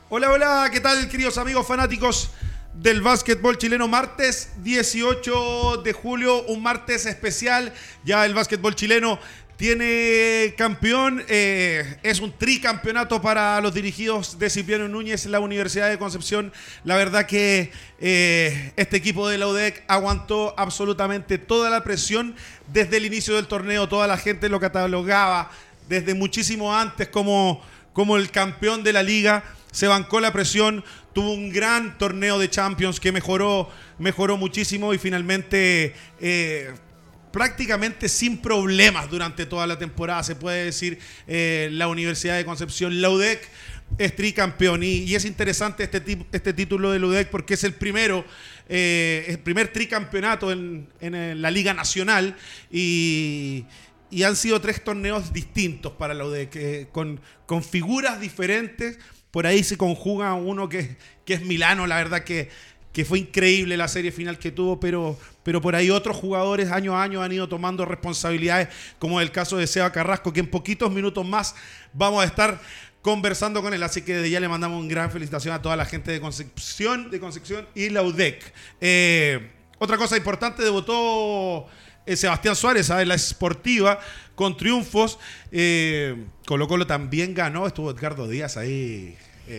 Hola, hola, ¿qué tal, queridos amigos fanáticos del básquetbol chileno? Martes 18 de julio, un martes especial. Ya el básquetbol chileno tiene campeón, es un tricampeonato para los dirigidos de Cipriano Núñez, la Universidad de Concepción. La verdad que este equipo de la UDEC aguantó absolutamente toda la presión desde el inicio del torneo. Toda la gente lo catalogaba desde muchísimo antes como el campeón de la liga. Se bancó la presión, tuvo un gran torneo de Champions que mejoró muchísimo y finalmente prácticamente sin problemas durante toda la temporada, se puede decir, la Universidad de Concepción, la UDEC, es tricampeón. Y es interesante este título de la UDEC porque es el primer tricampeonato en la Liga Nacional y han sido 3 torneos distintos para la UDEC, con figuras diferentes. Por ahí se conjuga uno que es Milano, la verdad que fue increíble la serie final que tuvo, pero por ahí otros jugadores año a año han ido tomando responsabilidades, como el caso de Seba Carrasco, que en poquitos minutos más vamos a estar conversando con él. Así que desde ya le mandamos una gran felicitación a toda la gente de Concepción y la UDEC. Otra cosa importante, debutó Sebastián Suárez en la Sportiva con triunfos. Colo-Colo también ganó, estuvo Edgardo Díaz ahí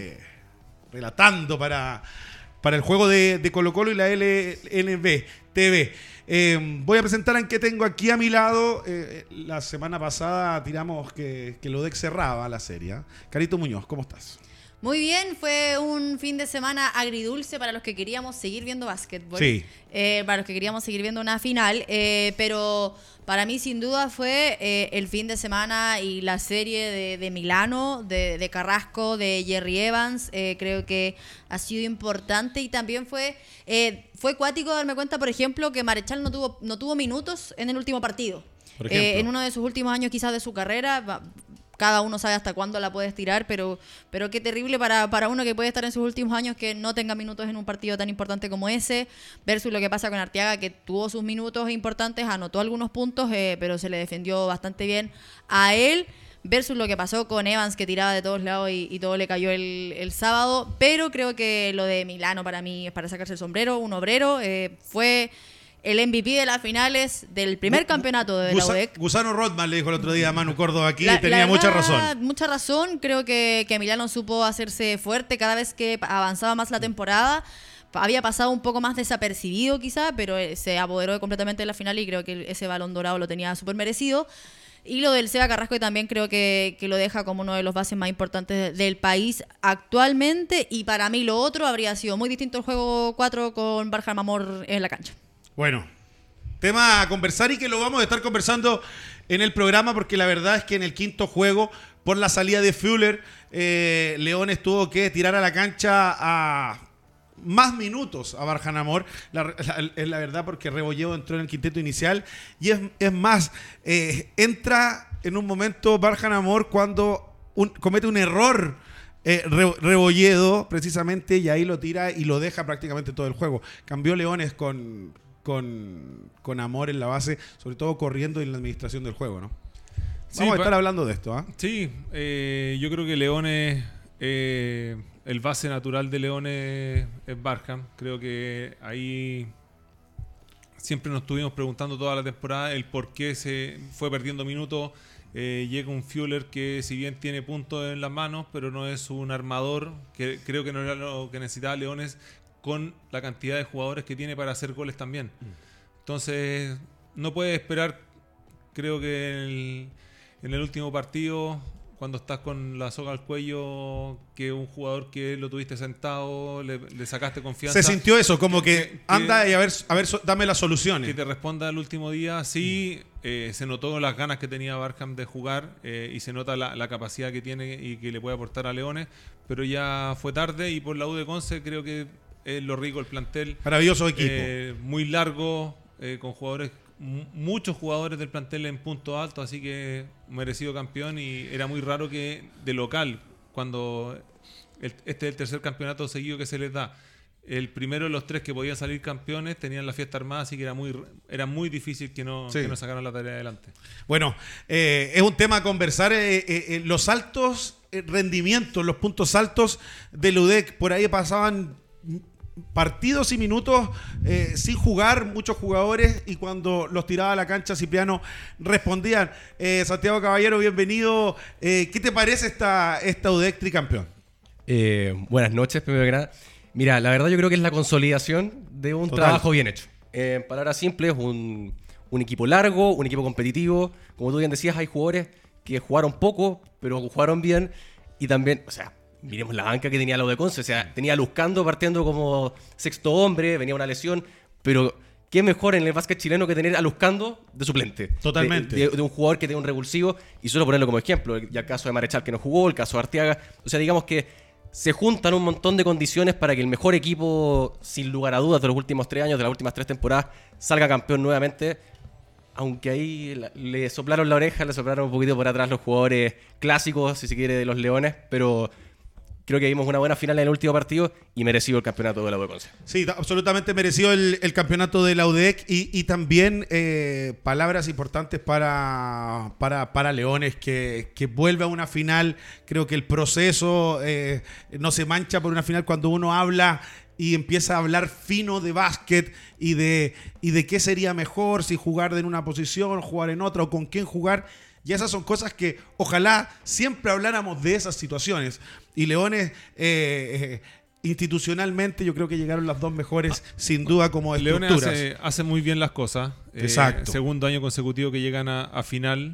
relatando para el juego de Colo-Colo y la LNB TV. Voy a presentar a quien tengo aquí a mi lado. La semana pasada tiramos que la UDEC cerraba la serie. Carito Muñoz, ¿cómo estás? Muy bien, fue un fin de semana agridulce para los que queríamos seguir viendo básquetbol. Sí. Para los que queríamos seguir viendo una final. Pero para mí, sin duda, fue el fin de semana y la serie de Milano, de Carrasco, de Jerry Evans. Creo que ha sido importante y también fue cuático darme cuenta, por ejemplo, que Marechal no tuvo minutos en el último partido. Por ejemplo. En uno de sus últimos años, quizás, de su carrera. Cada uno sabe hasta cuándo la puede estirar, pero qué terrible para uno que puede estar en sus últimos años que no tenga minutos en un partido tan importante como ese, versus lo que pasa con Arteaga, que tuvo sus minutos importantes, anotó algunos puntos, pero se le defendió bastante bien a él, versus lo que pasó con Evans, que tiraba de todos lados y todo le cayó el sábado. Pero creo que lo de Milano para mí es para sacarse el sombrero, un obrero, fue el MVP de las finales del primer campeonato de la UDEC. Gusano Rodman le dijo el otro día a Manu Córdoba aquí y tenía mucha razón. Mucha razón. Creo que Milano supo hacerse fuerte cada vez que avanzaba más la temporada. Había pasado un poco más desapercibido quizá, pero se apoderó completamente de la final y creo que ese balón dorado lo tenía súper merecido. Y lo del Seba Carrasco también creo que lo deja como uno de los bases más importantes del país actualmente. Y para mí lo otro habría sido muy distinto el juego 4 con Barja Mamor en la cancha. Bueno, tema a conversar y que lo vamos a estar conversando en el programa porque la verdad es que en el quinto juego, por la salida de Fuller, Leones tuvo que tirar a la cancha a más minutos a Barjanamor. Es la verdad porque Rebolledo entró en el quinteto inicial y es más, entra en un momento Barjanamor cuando comete un error Rebolledo precisamente y ahí lo tira y lo deja prácticamente todo el juego. Cambió Leones con amor en la base, sobre todo corriendo en la administración del juego, ¿no? Vamos a estar hablando de esto, ¿ah? Sí, yo creo que Leones, el base natural de Leones es Barham. Creo que ahí siempre nos estuvimos preguntando toda la temporada el por qué se fue perdiendo minutos. Llega un Fuller que si bien tiene puntos en las manos, pero no es un armador, que creo que no era lo que necesitaba Leones con la cantidad de jugadores que tiene para hacer goles también. Entonces, no puede esperar, creo que en el último partido, cuando estás con la soga al cuello, que un jugador que lo tuviste sentado, le sacaste confianza. Se sintió eso, como que anda y a ver, dame las soluciones. Que te responda el último día. Sí, se notó las ganas que tenía Barham de jugar y se nota la capacidad que tiene y que le puede aportar a Leones, pero ya fue tarde y por la U de Conce creo que es lo rico el plantel. Maravilloso equipo. Muy largo, con jugadores, muchos jugadores del plantel en punto alto, así que merecido campeón y era muy raro que de local, cuando este es el tercer campeonato seguido que se les da. El primero de los 3 que podían salir campeones tenían la fiesta armada, así que era muy difícil que no sacaran la tarea adelante. Bueno, es un tema a conversar. Los saltos rendimientos, los puntos altos de la UDEC. Por ahí pasaban partidos y minutos sin jugar muchos jugadores, y cuando los tiraba a la cancha Cipriano respondían. Santiago Caballero, bienvenido. ¿Qué te parece esta UDEC tricampeón? Buenas noches, primero que nada. Mira, la verdad yo creo que es la consolidación de un trabajo bien hecho. En palabras simples, un equipo largo, un equipo competitivo. Como tú bien decías, hay jugadores que jugaron poco, pero jugaron bien. Y también, o sea, miremos la banca que tenía la Conce. O sea, tenía a Luzcando partiendo como sexto hombre, venía una lesión. Pero qué mejor en el básquet chileno que tener a Luzcando de suplente. Totalmente. De un jugador que tiene un revulsivo. Y solo ponerlo como ejemplo. Ya el caso de Marechal que no jugó, el caso de Arteaga. O sea, digamos que se juntan un montón de condiciones para que el mejor equipo, sin lugar a dudas, de los últimos 3 años, de las últimas 3 temporadas, salga campeón nuevamente. Aunque ahí le soplaron la oreja, le soplaron un poquito por atrás los jugadores clásicos, si se quiere, de los Leones, pero creo que vimos una buena final en el último partido y merecido el campeonato de la UDEC. Sí, absolutamente merecido el campeonato de la UDEC, y también palabras importantes para Leones, que vuelve a una final. Creo que el proceso no se mancha por una final cuando uno habla y empieza a hablar fino de básquet y de qué sería mejor, si jugar en una posición, jugar en otra, o con quién jugar. Y esas son cosas que ojalá siempre habláramos de esas situaciones. Y Leones, institucionalmente, yo creo que llegaron las dos mejores, sin duda, como estructuras. Leones hace muy bien las cosas. Exacto. Segundo año consecutivo que llegan a final.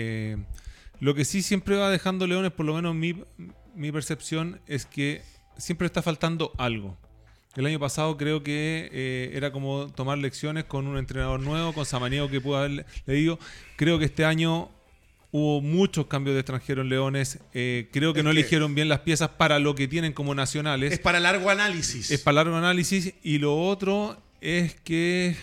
Lo que sí siempre va dejando Leones, por lo menos mi percepción, es que siempre está faltando algo. El año pasado creo que era como tomar lecciones con un entrenador nuevo, con Samaniego, que pudo haberle dicho. Creo que este año hubo muchos cambios de extranjeros en Leones. Creo que no eligieron bien las piezas para lo que tienen como nacionales. Es para largo análisis. Es para largo análisis. Y lo otro es que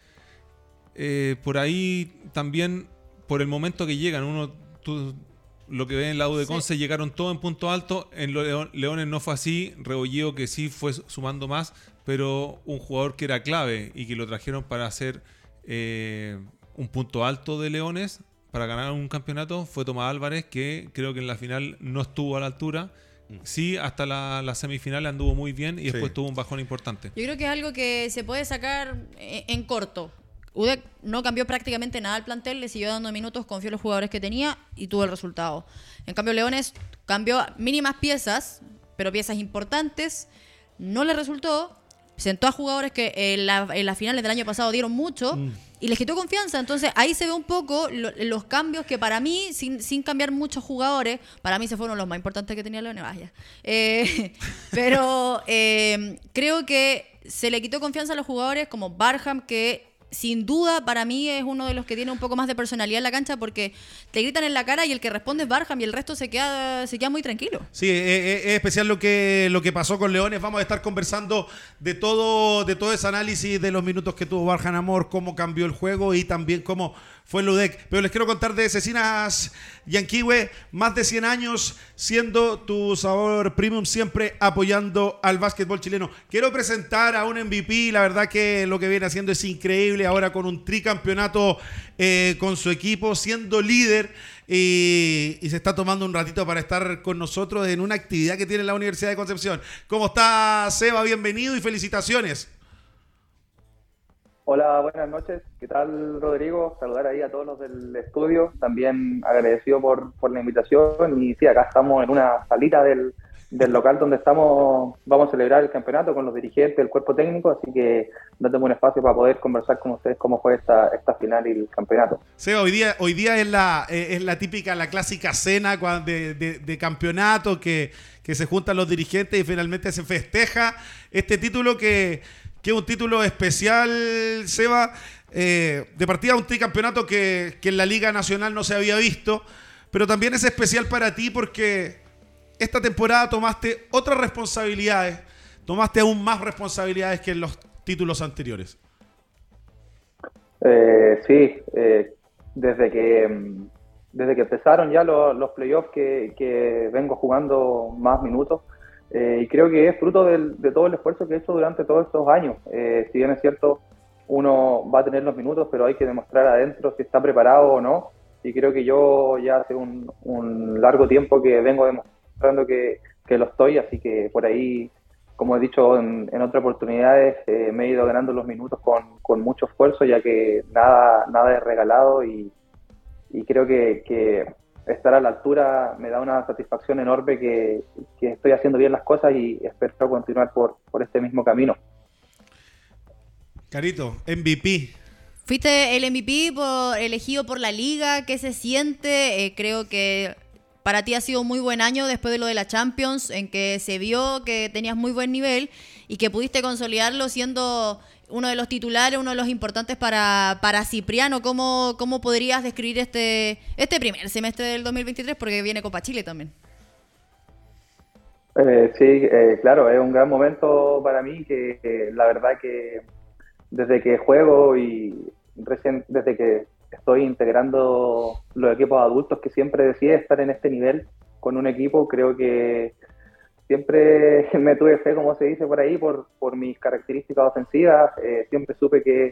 por ahí también, por el momento que llegan, lo que ve en la U de Conce, sí, llegaron todos en punto alto. En Leones no fue así. Rebolledo, que sí fue sumando más, pero un jugador que era clave y que lo trajeron para hacer un punto alto de Leones, para ganar un campeonato, fue Tomás Álvarez, que creo que en la final no estuvo a la altura. Sí, hasta la semifinal anduvo muy bien y después tuvo un bajón importante. Yo creo que es algo que se puede sacar en corto. UDEC no cambió prácticamente nada al plantel, le siguió dando minutos, confió en los jugadores que tenía y tuvo el resultado. En cambio, Leones cambió mínimas piezas, pero piezas importantes, no le resultó. Sentó a jugadores que en las finales del año pasado dieron mucho y les quitó confianza. Entonces ahí se ve un poco los cambios que, para mí, sin cambiar muchos jugadores, para mí se fueron los más importantes que tenía Leones. Pero creo que se le quitó confianza a los jugadores como Barham, que sin duda para mí es uno de los que tiene un poco más de personalidad en la cancha, porque te gritan en la cara y el que responde es Barham y el resto se queda muy tranquilo. Sí, es especial lo que pasó con Leones. Vamos a estar conversando de todo ese análisis de los minutos que tuvo Barham Amor, cómo cambió el juego y también cómo fue el UDEC. Pero les quiero contar de Cecinas Yanquihue, más de 100 años siendo tu sabor premium, siempre apoyando al básquetbol chileno. Quiero presentar a un MVP, la verdad que lo que viene haciendo es increíble, ahora con un tricampeonato con su equipo, siendo líder, y se está tomando un ratito para estar con nosotros en una actividad que tiene la Universidad de Concepción. ¿Cómo está, Seba? Bienvenido y felicitaciones. Hola, buenas noches. ¿Qué tal, Rodrigo? Saludar ahí a todos los del estudio. También agradecido por la invitación. Y sí, acá estamos en una salita del local donde vamos a celebrar el campeonato con los dirigentes, el cuerpo técnico, así que dándome un espacio para poder conversar con ustedes cómo fue esta final y el campeonato. Sí, hoy día es la típica, la clásica cena de campeonato que se juntan los dirigentes y finalmente se festeja este título que es un título especial, Seba. De partida, un tricampeonato que en la Liga Nacional no se había visto, pero también es especial para ti porque esta temporada tomaste otras responsabilidades, tomaste aún más responsabilidades que en los títulos anteriores. Sí, desde que empezaron ya los playoffs que vengo jugando más minutos, y creo que es fruto de todo el esfuerzo que he hecho durante todos estos años. Si bien es cierto, uno va a tener los minutos, pero hay que demostrar adentro si está preparado o no. Y creo que yo ya hace un largo tiempo que vengo demostrando que lo estoy, así que por ahí, como he dicho en otras oportunidades, me he ido ganando los minutos con mucho esfuerzo, ya que nada es regalado y creo que estar a la altura me da una satisfacción enorme que estoy haciendo bien las cosas y espero continuar por este mismo camino. Carito, MVP. Fuiste el MVP elegido por la liga. ¿Qué se siente? Creo que para ti ha sido un muy buen año después de lo de la Champions, en que se vio que tenías muy buen nivel y que pudiste consolidarlo siendo uno de los titulares, uno de los importantes para Cipriano. ¿Cómo podrías describir este primer semestre del 2023? Porque viene Copa Chile también. Sí, claro, es un gran momento para mí, que la verdad que desde que juego y recién desde que estoy integrando los equipos adultos, que siempre decidí estar en este nivel con un equipo, creo que siempre me tuve fe, como se dice por ahí, por mis características ofensivas. Siempre supe que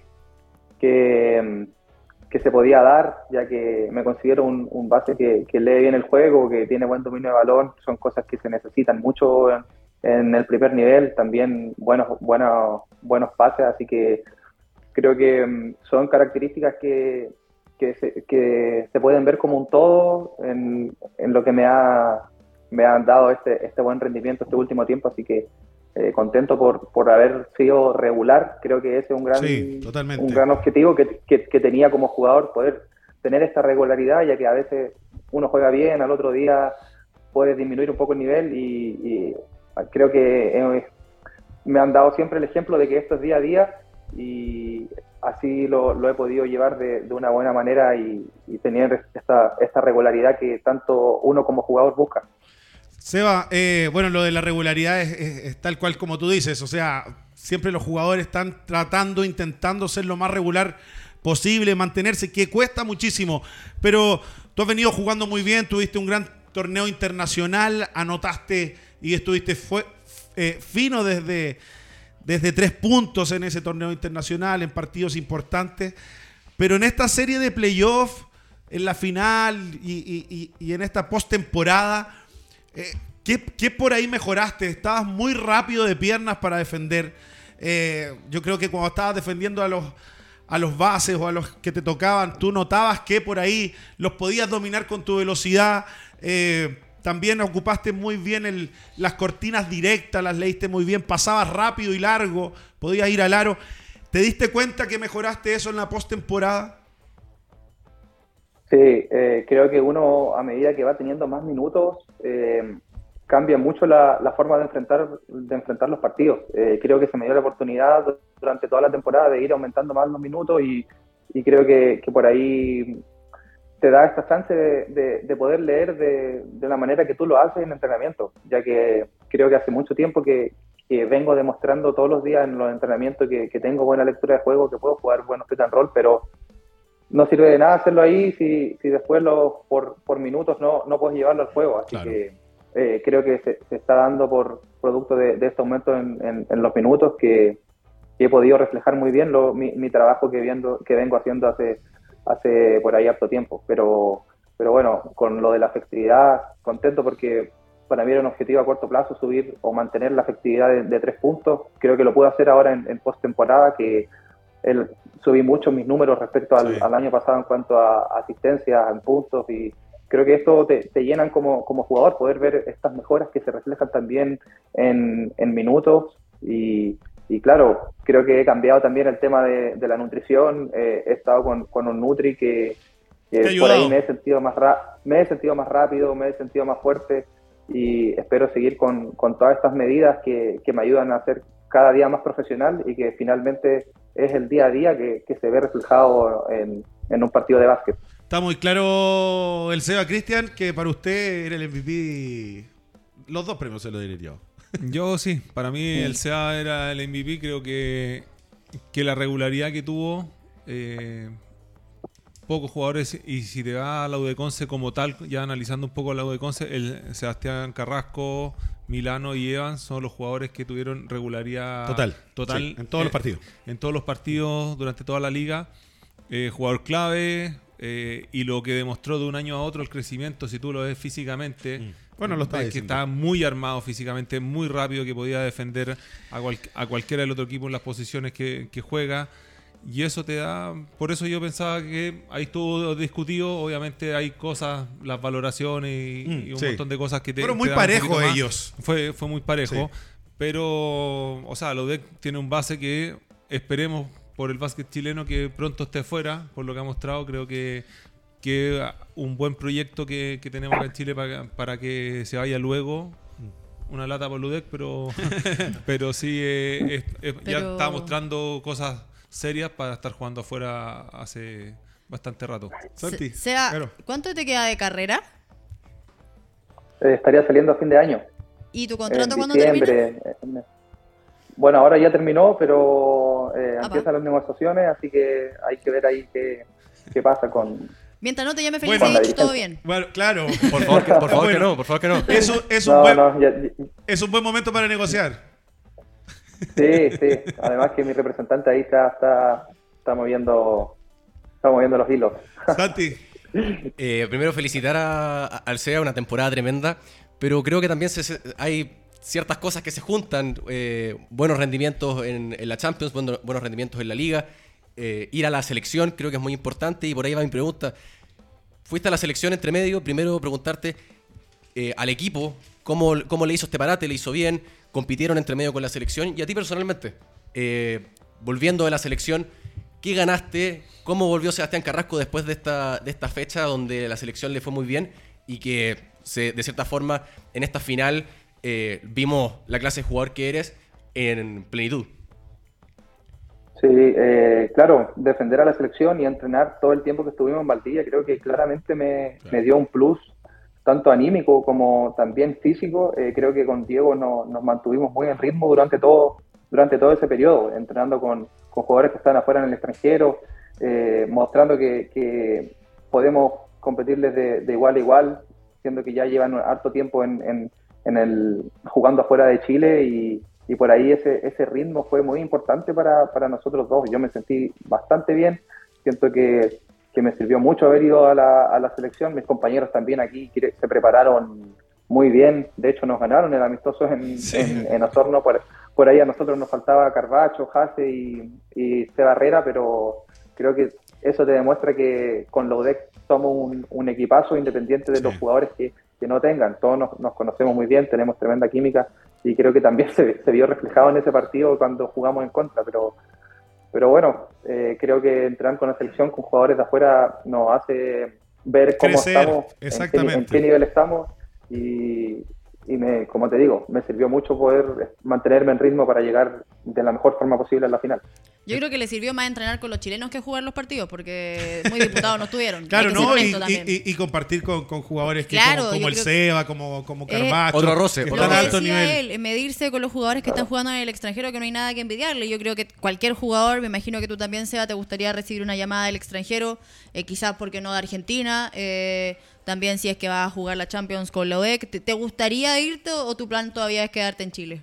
se podía dar, ya que me considero un base que lee bien el juego, que tiene buen dominio de balón. Son cosas que se necesitan mucho en el primer nivel. También buenos pases, así que creo que son características que se pueden ver como un todo en lo que me han dado este buen rendimiento este último tiempo, así que contento por haber sido regular. Creo que ese es un gran objetivo que tenía como jugador, poder tener esta regularidad, ya que a veces uno juega bien, al otro día puede disminuir un poco el nivel y creo que me han dado siempre el ejemplo de que esto es día a día y así lo he podido llevar de una buena manera y tener esta regularidad que tanto uno como jugador busca. Seba, bueno, lo de la regularidad es tal cual como tú dices, o sea, siempre los jugadores están intentando ser lo más regular posible, mantenerse, que cuesta muchísimo, pero tú has venido jugando muy bien, tuviste un gran torneo internacional, anotaste y estuviste fino desde 3 puntos en ese torneo internacional, en partidos importantes, pero en esta serie de playoff, en la final y en esta postemporada, ¿qué por ahí mejoraste? Estabas muy rápido de piernas para defender. Yo creo que cuando estabas defendiendo a los bases o a los que te tocaban, tú notabas que por ahí los podías dominar con tu velocidad. También ocupaste muy bien las cortinas directas, las leíste muy bien, pasabas rápido y largo, podías ir al aro. ¿Te diste cuenta que mejoraste eso en la postemporada? Sí, creo que uno, a medida que va teniendo más minutos, cambia mucho la forma de enfrentar los partidos. Creo que se me dio la oportunidad durante toda la temporada de ir aumentando más los minutos y creo que por ahí te da esta chance de poder leer de la manera que tú lo haces en entrenamiento, ya que creo que hace mucho tiempo que vengo demostrando todos los días en los entrenamientos que tengo buena lectura de juego, que puedo jugar buenos pick and roll, pero no sirve de nada hacerlo ahí si después por minutos no puedes llevarlo al juego. Así claro. Que creo que se está dando por producto de este aumento en los minutos que he podido reflejar muy bien mi trabajo que vengo haciendo hace por ahí harto tiempo. Pero bueno, con lo de la efectividad, contento porque para mí era un objetivo a corto plazo subir o mantener la efectividad de 3 puntos. Creo que lo puedo hacer ahora en postemporada, que subí mucho mis números respecto al año pasado en cuanto a asistencia, en puntos, y creo que esto te llenan como jugador, poder ver estas mejoras que se reflejan también en minutos y claro, creo que he cambiado también el tema de la nutrición. He estado con un Nutri que por ahí me he sentido más rápido, me he sentido más fuerte y espero seguir con todas estas medidas que me ayudan a ser cada día más profesional y que finalmente es el día a día que se ve reflejado en un partido de básquet. Está muy claro el Seba Cristian que para usted era el MVP. Los 2 premios se lo diré yo. Yo sí, para mí el Seba era el MVP. Creo que la regularidad que tuvo, pocos jugadores, y si te vas a la UDEConce como tal, ya analizando un poco la UDEConce, el Sebastián Carrasco, Milano y Evans son los jugadores que tuvieron regularidad total sí, en todos los partidos. En todos los partidos durante toda la liga. Jugador clave, y lo que demostró de un año a otro el crecimiento, si tú lo ves físicamente, Bueno, lo está ves que diciendo. está muy armado físicamente, muy rápido, que podía defender a cualquiera del otro equipo en las posiciones que juega. Y eso te da, por eso yo pensaba que ahí estuvo discutido, obviamente hay cosas, las valoraciones y un sí. montón de cosas que te Fueron muy te dan un parejos poquito más. ellos. Fue muy parejo, Sí. pero, o sea, la UDEC tiene un base que esperemos por el básquet chileno que pronto esté fuera, por lo que ha mostrado, creo que un buen proyecto que tenemos acá en Chile para que se vaya luego. Una lata por Ludec, pero sí ya Pero- está mostrando cosas serias para estar jugando afuera hace bastante rato. Santi, Sea, claro. ¿cuánto te queda de carrera? Estaría saliendo a fin de año. ¿Y tu contrato En cuándo termina? diciembre. Bueno, ahora ya terminó, pero pa. empiezan las negociaciones, así que hay que ver ahí qué pasa con... Mientras no te llame Bueno, Felicevich, la todo bien. Bueno, claro. Por favor, por favor Bueno. que no, por favor que no. Es No, un buen, no, es un buen momento para negociar. sí. Además que mi representante ahí está moviendo los hilos. Santi, Primero felicitar al SEA, una temporada tremenda, pero creo que también hay ciertas cosas que se juntan, buenos rendimientos en la Champions, buenos rendimientos en la Liga, ir a la selección creo que es muy importante y por ahí va mi pregunta. Fuiste a la selección entre medio, primero preguntarte al equipo cómo le hizo este parate, le hizo bien, compitieron entre medio con la selección y a ti personalmente, volviendo de la selección, ¿qué ganaste? ¿Cómo volvió Sebastián Carrasco después de esta fecha donde la selección le fue muy bien y que de cierta forma en esta final vimos la clase de jugador que eres en plenitud? Sí, claro, defender a la selección y entrenar todo el tiempo que estuvimos en Valdivia creo que claramente me dio un plus, tanto anímico como también físico. Creo que con Diego nos mantuvimos muy en ritmo durante todo ese periodo, entrenando con jugadores que están afuera en el extranjero, mostrando que podemos competirles de igual a igual, siendo que ya llevan harto tiempo jugando afuera de Chile y por ahí ese ritmo fue muy importante para nosotros dos. Yo me sentí bastante bien, siento que me sirvió mucho haber ido a la selección. Mis compañeros también aquí se prepararon muy bien, de hecho nos ganaron el amistoso en Osorno. Por ahí a nosotros nos faltaba Carbacho, Jase y C. Barrera, pero creo que eso te demuestra que con la UDEC somos un equipazo independiente de los jugadores que no tengan. Todos nos conocemos muy bien, tenemos tremenda química y creo que también se vio reflejado en ese partido cuando jugamos en contra, pero bueno, creo que entrar con la selección con jugadores de afuera nos hace ver cómo crecer, estamos, exactamente. en qué nivel estamos y como te digo, me sirvió mucho poder mantenerme en ritmo para llegar de la mejor forma posible a la final. Yo creo que le sirvió más entrenar con los chilenos que jugar los partidos, porque muy diputados no estuvieron. claro, Hay que ser ¿no? honesto también. Y compartir con jugadores que Claro, como yo el creo Seba, como Carbacho, Otro roce, que otro están Lo a que alto decía nivel. él, medirse con los jugadores que están jugando en el extranjero, que no hay nada que envidiarle. Yo creo que cualquier jugador, me imagino que tú también, Seba, te gustaría recibir una llamada del extranjero, quizás porque no de Argentina, también si es que vas a jugar la Champions con la UDEC. ¿Te gustaría irte o tu plan todavía es quedarte en Chile?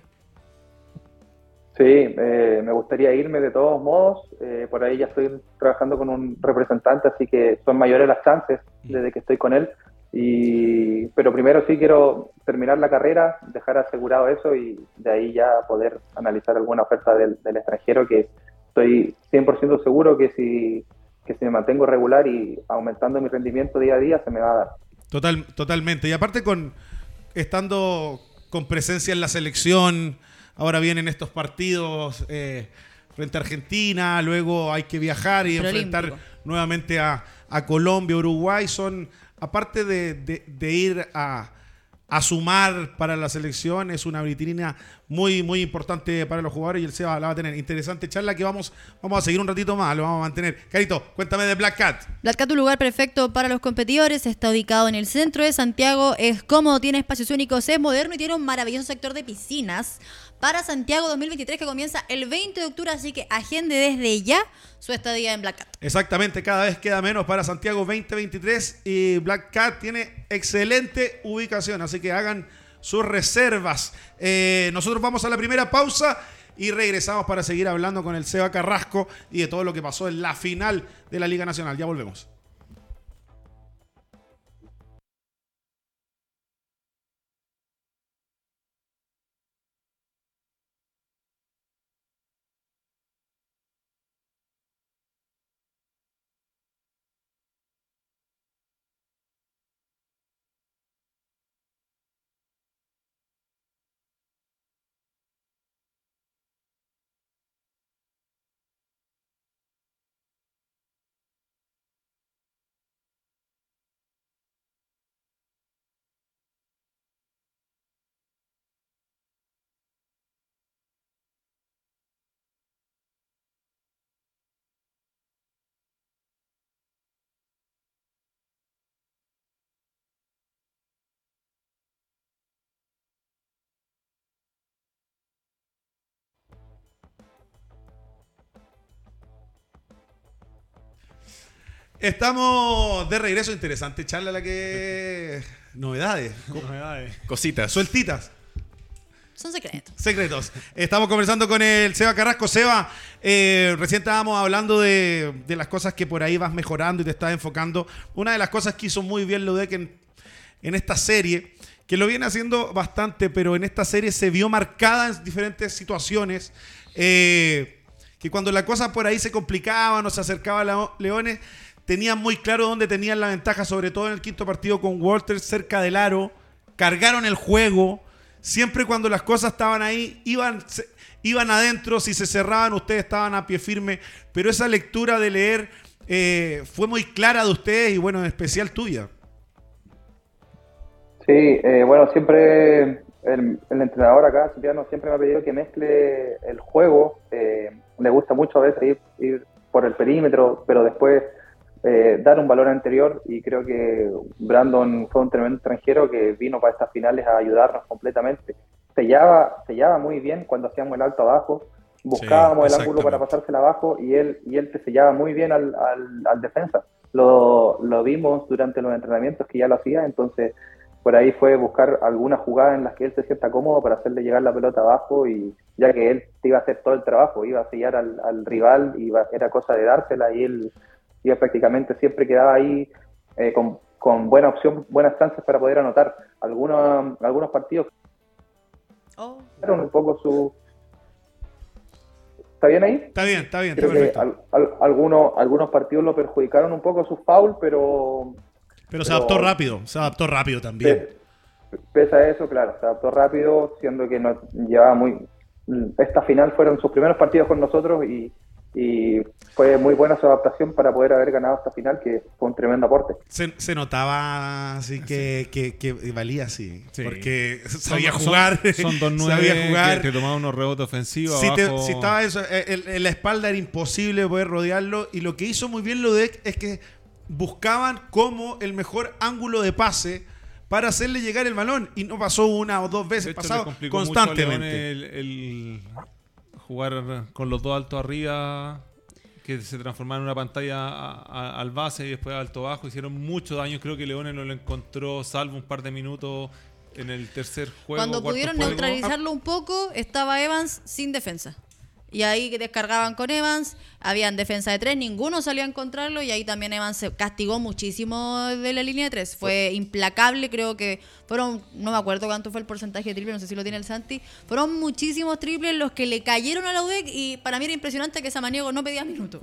Sí, me gustaría irme de todos modos. Por ahí ya estoy trabajando con un representante, así que son mayores las chances desde que estoy con él. Pero primero sí quiero terminar la carrera, dejar asegurado eso y de ahí ya poder analizar alguna oferta del extranjero, que estoy 100% seguro que si me mantengo regular y aumentando mi rendimiento día a día se me va a dar. Totalmente. Y aparte estando con presencia en la selección, ahora vienen estos partidos frente a Argentina, luego hay que viajar y Preolímpico. enfrentar nuevamente a Colombia, Uruguay. Son, aparte de ir a sumar para la selección, es una vitrina muy, muy importante para los jugadores y el Seba la va a tener. Interesante charla que vamos a seguir un ratito más, lo vamos a mantener. Carito, cuéntame de Black Cat. Black Cat, un lugar perfecto para los competidores, está ubicado en el centro de Santiago, es cómodo, tiene espacios únicos, es moderno y tiene un maravilloso sector de piscinas para Santiago 2023 que comienza el 20 de octubre, así que agende desde ya su estadía en Black Cat. Exactamente, cada vez queda menos para Santiago 2023 y Black Cat tiene excelente ubicación, así que hagan sus reservas. Nosotros vamos a la primera pausa y regresamos para seguir hablando con el Seba Carrasco y de todo lo que pasó en la final de la Liga Nacional. Ya volvemos. Estamos de regreso. Interesante charla la que... Novedades. Cositas. Sueltitas. Son secretos. Secretos. Estamos conversando con el Seba Carrasco. Seba, recién estábamos hablando de las cosas que por ahí vas mejorando y te estás enfocando. Una de las cosas que hizo muy bien Ludek en esta serie, que lo viene haciendo bastante, pero en esta serie se vio marcada en diferentes situaciones, que cuando la cosa por ahí se complicaba, no se acercaba a los Leones, tenían muy claro dónde tenían la ventaja, sobre todo en el quinto partido con Walter cerca del aro, cargaron el juego, siempre cuando las cosas estaban ahí, iban adentro, si se cerraban ustedes estaban a pie firme, pero esa lectura de leer fue muy clara de ustedes y bueno, en especial tuya. Sí, bueno, siempre el entrenador acá, Cipriano, siempre me ha pedido que mezcle el juego. Le gusta mucho a veces ir por el perímetro, pero después dar un valor anterior, y creo que Brandon fue un tremendo extranjero que vino para estas finales a ayudarnos completamente. Sellaba muy bien cuando hacíamos el alto abajo, buscábamos el ángulo para pasársela abajo y él te sellaba muy bien al defensa. Lo vimos durante los entrenamientos que ya lo hacía, entonces por ahí fue buscar alguna jugada en las que él se sienta cómodo para hacerle llegar la pelota abajo, y ya que él te iba a hacer todo el trabajo, iba a sellar al rival, era cosa de dársela, y él iba prácticamente siempre quedaba ahí con buena opción, buenas chances para poder anotar. Algunos partidos fueron un poco su... ¿Está bien ahí? Está bien, está Creo perfecto. Algunos partidos lo perjudicaron un poco sus fouls, pero se adaptó rápido también. Pese a eso, claro, se adaptó rápido, siendo que nos llevaba esta final fueron sus primeros partidos con nosotros, y fue muy buena su adaptación para poder haber ganado esta final, que fue un tremendo aporte. Se notaba así que valía así, Sí. porque sabía jugar. Son 2-9 sabía jugar. que tomaban unos rebotes ofensivos. Si estaba eso, en la espalda era imposible poder rodearlo, y lo que hizo muy bien Ludek es que buscaban como el mejor ángulo de pase para hacerle llegar el balón, y no pasó una o dos veces, pasaba constantemente. El jugar con los dos altos arriba, que se transformaron en una pantalla al base y después alto bajo, hicieron mucho daño. Creo que Leones no lo encontró, salvo un par de minutos en el tercer juego. Cuando pudieron neutralizarlo un poco, estaba Evans sin defensa. Y ahí que descargaban con Evans, habían defensa de 3, ninguno salió a encontrarlo, y ahí también Evans se castigó muchísimo de la línea de 3. Fue implacable, creo que fueron, no me acuerdo cuánto fue el porcentaje de triple, no sé si lo tiene el Santi, fueron muchísimos triples los que le cayeron a la UDEC, y para mí era impresionante que Samaniego no pedía minutos.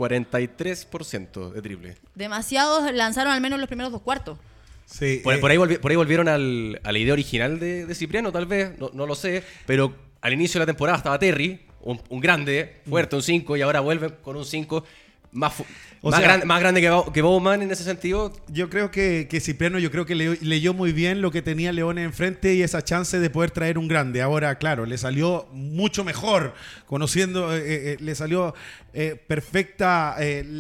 43% de triple. Demasiados lanzaron al menos los primeros 2 cuartos. Sí, por ahí volvieron a la idea original de Cipriano, tal vez, no lo sé, pero al inicio de la temporada estaba Terry, un grande, fuerte, un 5, y ahora vuelve con un 5 más grande que Bowman en ese sentido. Yo creo que Cipriano leyó muy bien lo que tenía Leones enfrente y esa chance de poder traer un grande. Ahora, claro, le salió mucho mejor, conociendo, le salió perfecta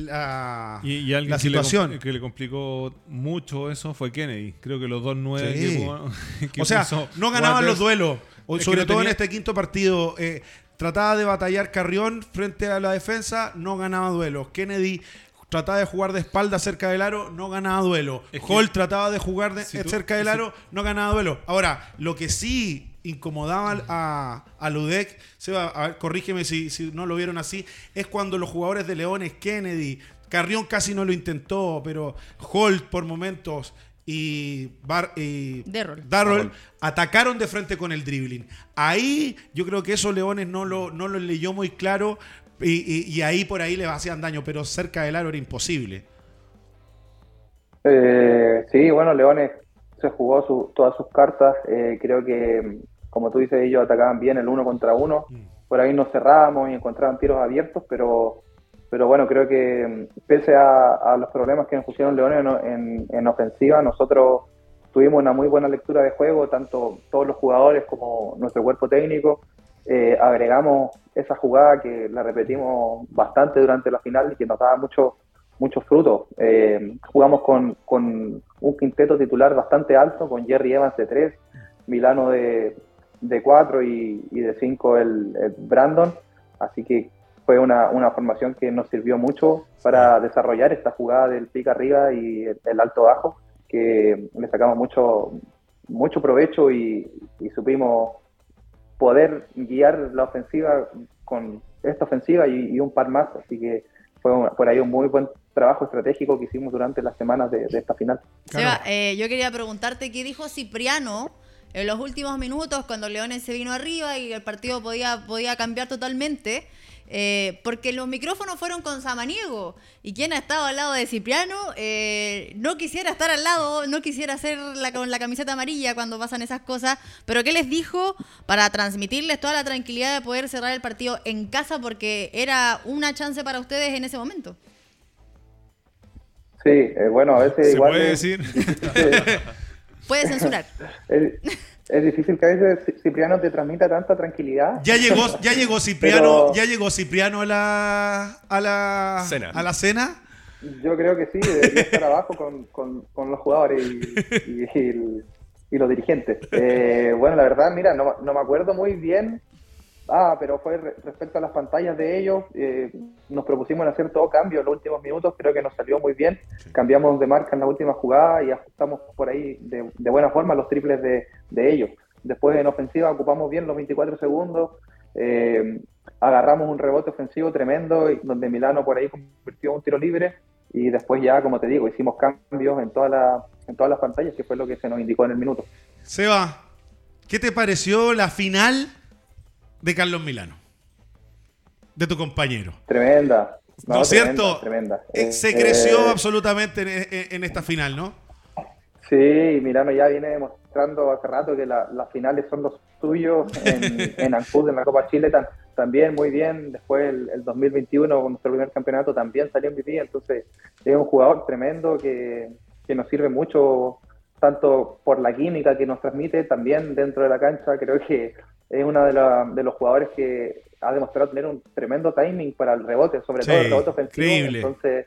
y alguien la situación. Que le complicó mucho eso fue Kennedy. Creo que los 2-9 Sí. que o sea, puso no ganaban Waters, los duelos, sobre todo en tenía... este quinto partido. Trataba de batallar Carrión frente a la defensa, no ganaba duelos. Kennedy trataba de jugar de espalda cerca del aro, no ganaba duelo. Holt trataba de jugar cerca del aro, no ganaba duelo. Ahora, lo que sí incomodaba a Ludek, Seba, a ver, corrígeme si no lo vieron así, es cuando los jugadores de Leones, Kennedy, Carrión casi no lo intentó, pero Holt por momentos y Darrell atacaron de frente con el dribbling. Ahí yo creo que eso Leones no lo leyó muy claro, y ahí por ahí le hacían daño, pero cerca del aro era imposible. Sí, bueno, Leones se jugó todas sus cartas. Creo que, como tú dices, ellos atacaban bien el 1 contra 1. Por ahí nos cerrábamos y encontraban tiros abiertos, pero bueno, creo que pese a los problemas que nos pusieron Leones en ofensiva, nosotros tuvimos una muy buena lectura de juego, tanto todos los jugadores como nuestro cuerpo técnico. Agregamos esa jugada que la repetimos bastante durante la final y que nos daba muchos frutos. Jugamos con un quinteto titular bastante alto, con Jerry Evans de 3, Milano de 4 y de 5 el Brandon. Así que fue una formación que nos sirvió mucho para desarrollar esta jugada del pick arriba y el alto bajo, que le sacamos mucho provecho y supimos poder guiar la ofensiva con esta ofensiva y un par más, así que fue por ahí un muy buen trabajo estratégico que hicimos durante las semanas de esta final. Seba, yo quería preguntarte qué dijo Cipriano en los últimos minutos cuando Leones se vino arriba y el partido podía cambiar totalmente, porque los micrófonos fueron con Samaniego y quien ha estado al lado de Cipriano no quisiera estar al lado, no quisiera hacer con la camiseta amarilla cuando pasan esas cosas, pero ¿qué les dijo para transmitirles toda la tranquilidad de poder cerrar el partido en casa porque era una chance para ustedes en ese momento? Sí, bueno, a veces ¿Se igual... puede decir? Puede censurar. Es difícil que a veces Cipriano te transmita tanta tranquilidad. Ya llegó Cipriano, Pero- ya llegó Cipriano a la cena. Yo creo que sí, debería estar abajo con los jugadores y los dirigentes. Bueno, la verdad, mira, no me acuerdo muy bien, pero fue respecto a las pantallas de ellos. Nos propusimos hacer todo cambio en los últimos minutos, creo que nos salió muy bien. Cambiamos de marca en la última jugada y ajustamos por ahí de buena forma los triples de ellos. Después en ofensiva ocupamos bien los 24 segundos, agarramos un rebote ofensivo tremendo, donde Milano por ahí convirtió un tiro libre, y después ya, como te digo, hicimos cambios en todas las pantallas, que fue lo que se nos indicó en el minuto. Seba, ¿qué te pareció la final de Carlos Milano? De tu compañero. Tremenda. ¿No es cierto? Tremenda. Se creció absolutamente en esta final, ¿no? Sí, Milano ya viene demostrando hace rato que las finales son los suyos en Ancud, en la Copa Chile también muy bien. Después el 2021 con nuestro primer campeonato también salió MVP, entonces es un jugador tremendo que nos sirve mucho, tanto por la química que nos transmite, también dentro de la cancha. Creo que es uno de los jugadores que ha demostrado tener un tremendo timing para el rebote, sobre todo el rebote ofensivo. Increíble. Entonces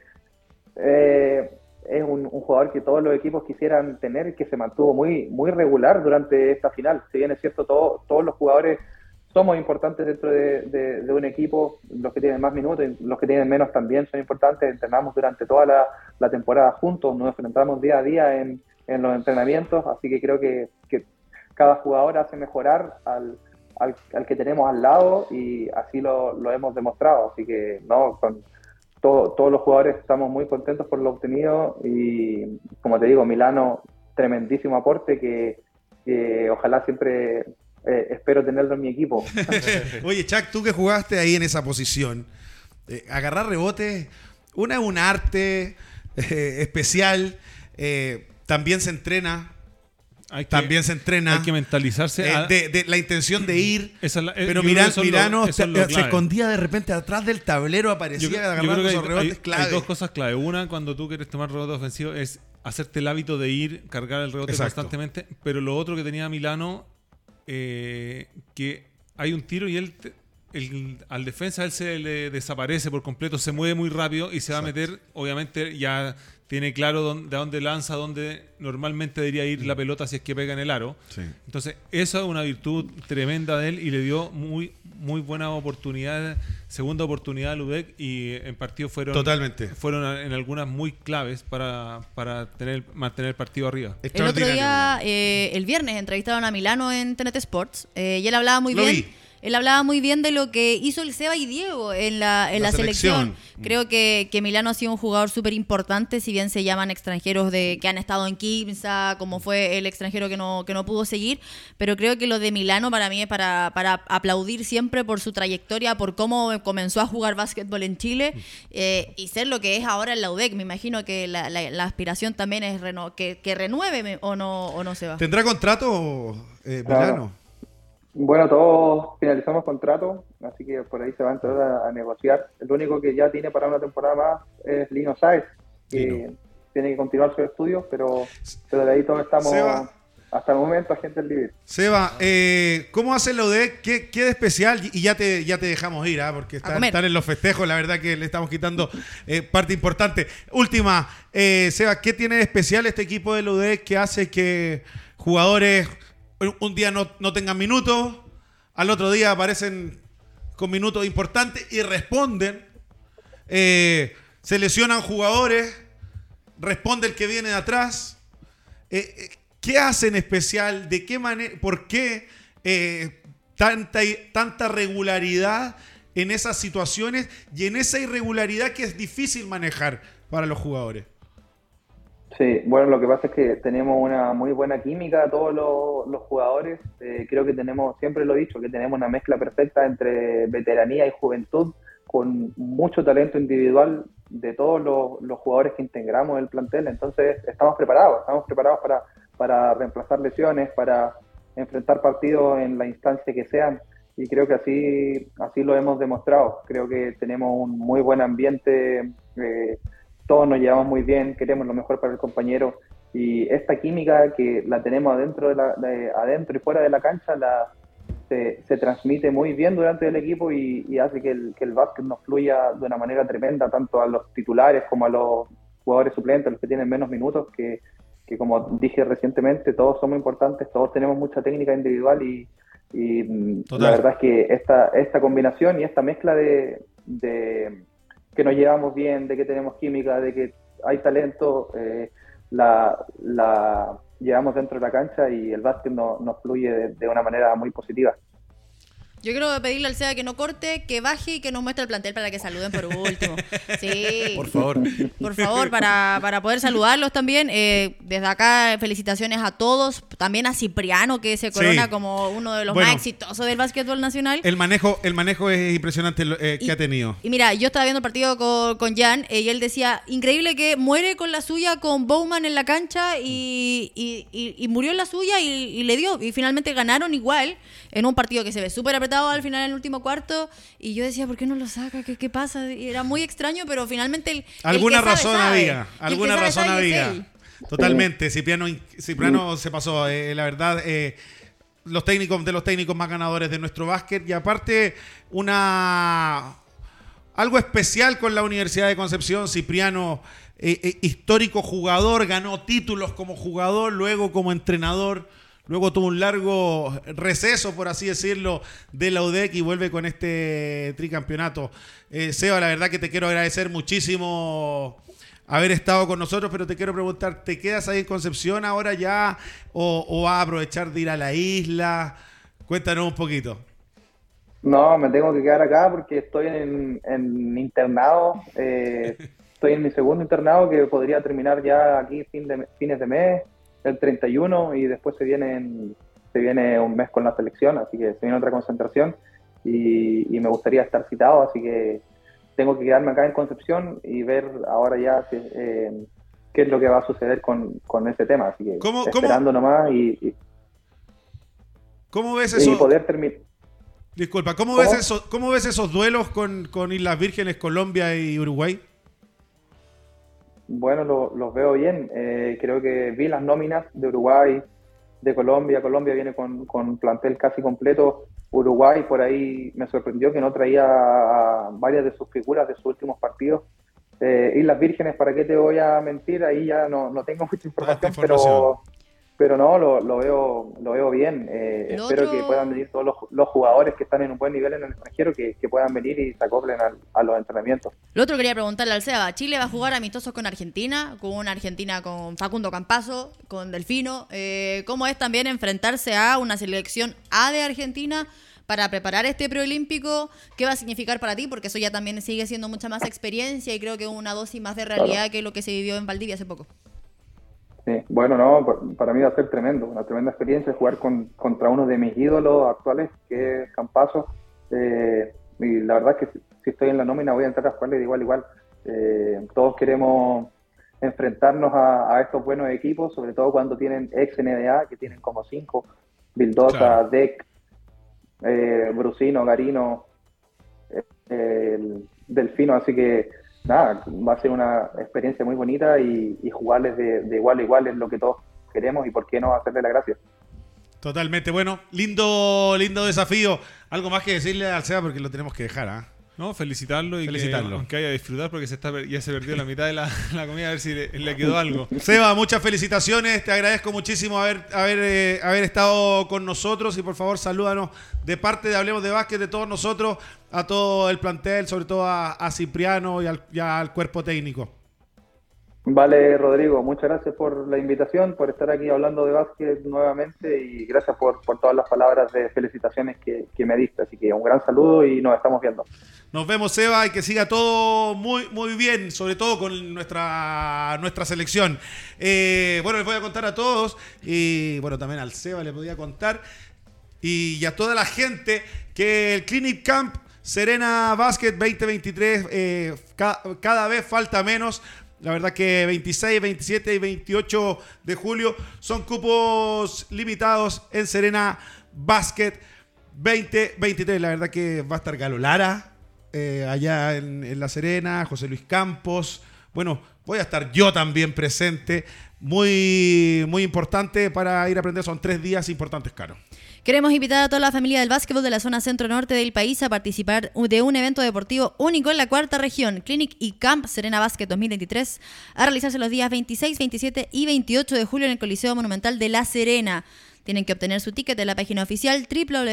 es un jugador que todos los equipos quisieran tener, que se mantuvo muy regular durante esta final. Si bien es cierto, todos los jugadores somos importantes dentro de un equipo, los que tienen más minutos y los que tienen menos también son importantes. Entrenamos durante toda la temporada juntos, nos enfrentamos día a día en los entrenamientos, así que creo que cada jugador hace mejorar al que tenemos al lado, y así lo hemos demostrado. Así que no, con todos los jugadores estamos muy contentos por lo obtenido, y como te digo, Milano, tremendísimo aporte que ojalá siempre espero tenerlo en mi equipo. Oye, Chuck, tú que jugaste ahí en esa posición, agarrar rebotes, es un arte especial, también se entrena. Hay que mentalizarse de la intención de ir. Pero yo creo que Milano eso es lo se clave. escondía de repente atrás del tablero, aparecía agarrando esos rebotes clave. Hay dos cosas clave. Una, cuando tú quieres tomar rebote ofensivo, es hacerte el hábito de ir, cargar el rebote constantemente. Pero lo otro que tenía Milano, que hay un tiro y al defensa él se le desaparece por completo, se mueve muy rápido y se va a meter. Obviamente ya tiene claro de dónde lanza, dónde normalmente debería ir la pelota si es que pega en el aro. Sí. Entonces, eso es una virtud tremenda de él y le dio muy buena oportunidad, segunda oportunidad a Ludek, y en partido fueron en algunas muy claves para mantener el partido arriba. El otro día, el viernes, entrevistaron a Milano en TNT Sports y él hablaba muy bien. Él hablaba muy bien de lo que hizo el Seba y Diego en la selección. Creo que Milano ha sido un jugador súper importante, si bien se llaman extranjeros que han estado en Quimsa, como fue el extranjero que no pudo seguir. Pero creo que lo de Milano para mí es para aplaudir siempre por su trayectoria, por cómo comenzó a jugar básquetbol en Chile y ser lo que es ahora en la UDEC. Me imagino que la aspiración también es que renueve o no se va. ¿Tendrá contrato Milano? Bueno, todos finalizamos contrato, así que por ahí se va a entrar a negociar. El único que ya tiene para una temporada más es Lino Sáez, que tiene que continuar sus estudios, pero de ahí todos estamos, Seba, hasta el momento, agentes libres. Seba, ¿cómo hace la UDEC? ¿Qué de especial? Y ya te dejamos ir, porque están en los festejos, la verdad que le estamos quitando parte importante. Última, Seba, ¿qué tiene de especial este equipo de la UDEC que hace que jugadores un día no tengan minutos, al otro día aparecen con minutos importantes y responden. Se lesionan jugadores, responde el que viene de atrás. ¿Qué hacen especial? ¿De qué manera? ¿Por qué tanta regularidad en esas situaciones y en esa irregularidad que es difícil manejar para los jugadores? Sí, bueno, lo que pasa es que tenemos una muy buena química todos los jugadores. Creo que tenemos, siempre lo he dicho, que tenemos una mezcla perfecta entre veteranía y juventud, con mucho talento individual de todos los jugadores que integramos el plantel. Entonces estamos preparados para reemplazar lesiones, para enfrentar partidos en la instancia que sean, y creo que así lo hemos demostrado. Creo que tenemos un muy buen ambiente, todos nos llevamos muy bien, queremos lo mejor para el compañero, y esta química que la tenemos adentro y fuera de la cancha se transmite muy bien durante el equipo y hace que el básquet nos fluya de una manera tremenda, tanto a los titulares como a los jugadores suplentes, los que tienen menos minutos, que como dije recientemente, todos somos importantes, todos tenemos mucha técnica individual y la verdad es que esta combinación y esta mezcla de que nos llevamos bien, de que tenemos química, de que hay talento, la llevamos dentro de la cancha y el básquet nos fluye de una manera muy positiva. Yo quiero pedirle al SEA que no corte, que baje y que nos muestre el plantel para que saluden por último. Sí. Por favor. Por favor, para poder saludarlos también. Desde acá, felicitaciones a todos. También a Cipriano, que se corona como uno de los más exitosos del básquetbol nacional. El manejo es impresionante que ha tenido. Y mira, yo estaba viendo el partido con Jan y él decía, increíble que muere con la suya con Bowman en la cancha y murió en la suya y le dio. Y finalmente ganaron igual en un partido que se ve súper apretado al final en el último cuarto, y yo decía, ¿por qué no lo saca? ¿Qué pasa? Y era muy extraño, pero finalmente alguna razón había. Totalmente. Cipriano se pasó, la verdad, los técnicos más ganadores de nuestro básquet, y aparte algo especial con la Universidad de Concepción. Cipriano, histórico jugador, ganó títulos como jugador, luego como entrenador. Luego tuvo un largo receso, por así decirlo, de la UDEC y vuelve con este tricampeonato. Seba, la verdad que te quiero agradecer muchísimo haber estado con nosotros, pero te quiero preguntar, ¿te quedas ahí en Concepción ahora ya o vas a aprovechar de ir a la isla? Cuéntanos un poquito. No, me tengo que quedar acá porque estoy en internado. Estoy en mi segundo internado, que podría terminar ya aquí fines de mes, el 31, y después se viene un mes con la selección, así que se viene otra concentración y me gustaría estar citado, así que tengo que quedarme acá en Concepción y ver ahora ya qué es lo que va a suceder con ese tema, así que esperando nomás y ¿cómo ves eso? Y poder terminar. Disculpa, ¿cómo ves esos duelos con Islas Vírgenes, Colombia y Uruguay? Bueno, los veo bien. Creo que vi las nóminas de Uruguay, de Colombia. Colombia viene con plantel casi completo. Uruguay, por ahí me sorprendió que no traía a varias de sus figuras de sus últimos partidos. Islas Vírgenes, ¿para qué te voy a mentir? Ahí ya no tengo mucha información, pero no, lo veo bien. Espero que puedan venir todos los jugadores que están en un buen nivel en el extranjero, que puedan venir y se acoplen a los entrenamientos. Lo otro quería preguntarle al Seba, Chile va a jugar amistosos con Argentina con Facundo Campazzo, con Delfino. ¿Cómo es también enfrentarse a una selección A de Argentina para preparar este preolímpico? ¿Qué va a significar para ti? Porque eso ya también sigue siendo mucha más experiencia y creo que una dosis más de realidad que lo que se vivió en Valdivia hace poco. Sí, bueno, para mí va a ser tremendo, una tremenda experiencia jugar contra uno de mis ídolos actuales, que es Campazzo. Y la verdad es que si estoy en la nómina voy a entrar a jugarle de igual a igual. Todos queremos enfrentarnos a estos buenos equipos, sobre todo cuando tienen ex NBA, que tienen como 5, Vildosa, claro. Deck, Brusino, Garino, Delfino, así que nada, va a ser una experiencia muy bonita y jugarles de igual a igual es lo que todos queremos, y por qué no hacerle la gracia. Totalmente, bueno, lindo desafío. Algo más que decirle al Seba porque lo tenemos que dejar, ¿ah? No, felicitarlo y Felicitarlo. que aunque haya disfrutar porque ya se perdió la mitad de la comida, a ver si le quedó algo. Seba, muchas felicitaciones, te agradezco muchísimo haber estado con nosotros y por favor salúdanos de parte de Hablemos de Básquet, de todos nosotros, a todo el plantel, sobre todo a Cipriano y al cuerpo técnico. Vale, Rodrigo, muchas gracias por la invitación, por estar aquí hablando de básquet nuevamente y gracias por todas las palabras de felicitaciones que me diste. Así que un gran saludo y nos estamos viendo. Nos vemos, Seba, y que siga todo muy, muy bien, sobre todo con nuestra selección. Bueno, les voy a contar a todos, y bueno, también al Seba le podía contar, y a toda la gente, que el Clinic Camp Serena Basket 2023 cada vez falta menos. La verdad que 26, 27 y 28 de julio son cupos limitados en Serena Basket 2023. La verdad que va a estar Galo Lara allá en La Serena, José Luis Campos. Bueno, voy a estar yo también presente. Muy, muy importante para ir a aprender. Son 3 días importantes, Caro. Queremos invitar a toda la familia del básquetbol de la zona centro-norte del país a participar de un evento deportivo único en la cuarta región, Clinic y Camp Serena Basket 2023, a realizarse los días 26, 27 y 28 de julio en el Coliseo Monumental de La Serena. Tienen que obtener su ticket de la página oficial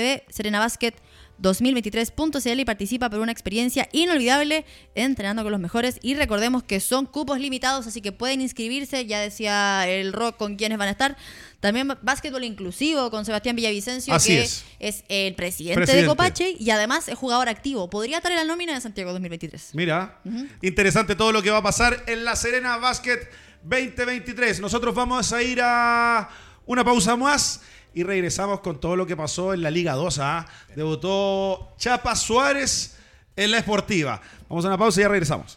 www.serenabasket2023.cl y participa por una experiencia inolvidable entrenando con los mejores. Y recordemos que son cupos limitados, así que pueden inscribirse. Ya decía el Rock con quienes van a estar. También básquetbol inclusivo con Sebastián Villavicencio, Así que es el presidente de Copache y además es jugador activo. Podría estar en la nómina de Santiago 2023. Mira, interesante todo lo que va a pasar en La Serena Basket 2023. Nosotros vamos a ir a una pausa más y regresamos con todo lo que pasó en la Liga 2. Debutó Chapa Suárez en la Esportiva. Vamos a una pausa y ya regresamos.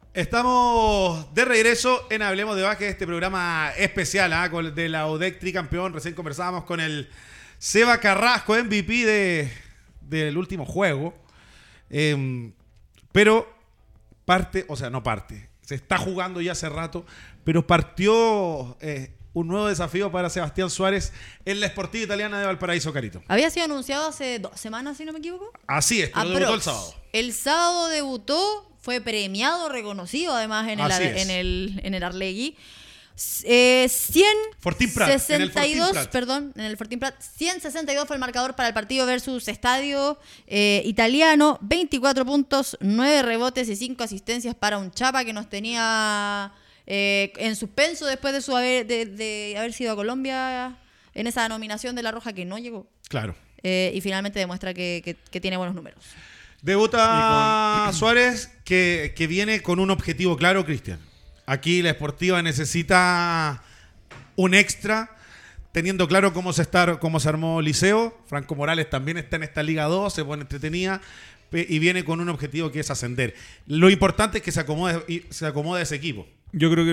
Estamos de regreso en Hablemos de Básquet, este programa especial de la UDEC Tricampeón. Recién conversábamos con el Seba Carrasco, MVP del último juego. Pero se está jugando ya hace rato, pero partió un nuevo desafío para Sebastián Suárez en la Sportiva Italiana de Valparaíso, Carito. Había sido anunciado hace 2 semanas, si no me equivoco. Así es, pero debutó el sábado. El sábado debutó, fue premiado, reconocido además en el Arlegui. 162 fue el marcador para el partido versus Estadio Italiano. 24 puntos, 9 rebotes y 5 asistencias para un Chapa que nos tenía en suspenso después de haber sido a Colombia en esa nominación de La Roja, que no llegó. Claro. Y finalmente demuestra que tiene buenos números. Debuta Suárez, que viene con un objetivo claro, Cristian. Aquí la Sportiva necesita un extra, teniendo claro cómo se armó Liceo. Franco Morales también está en esta Liga 2, se pone entretenida y viene con un objetivo que es ascender. Lo importante es que se acomode ese equipo. Yo creo que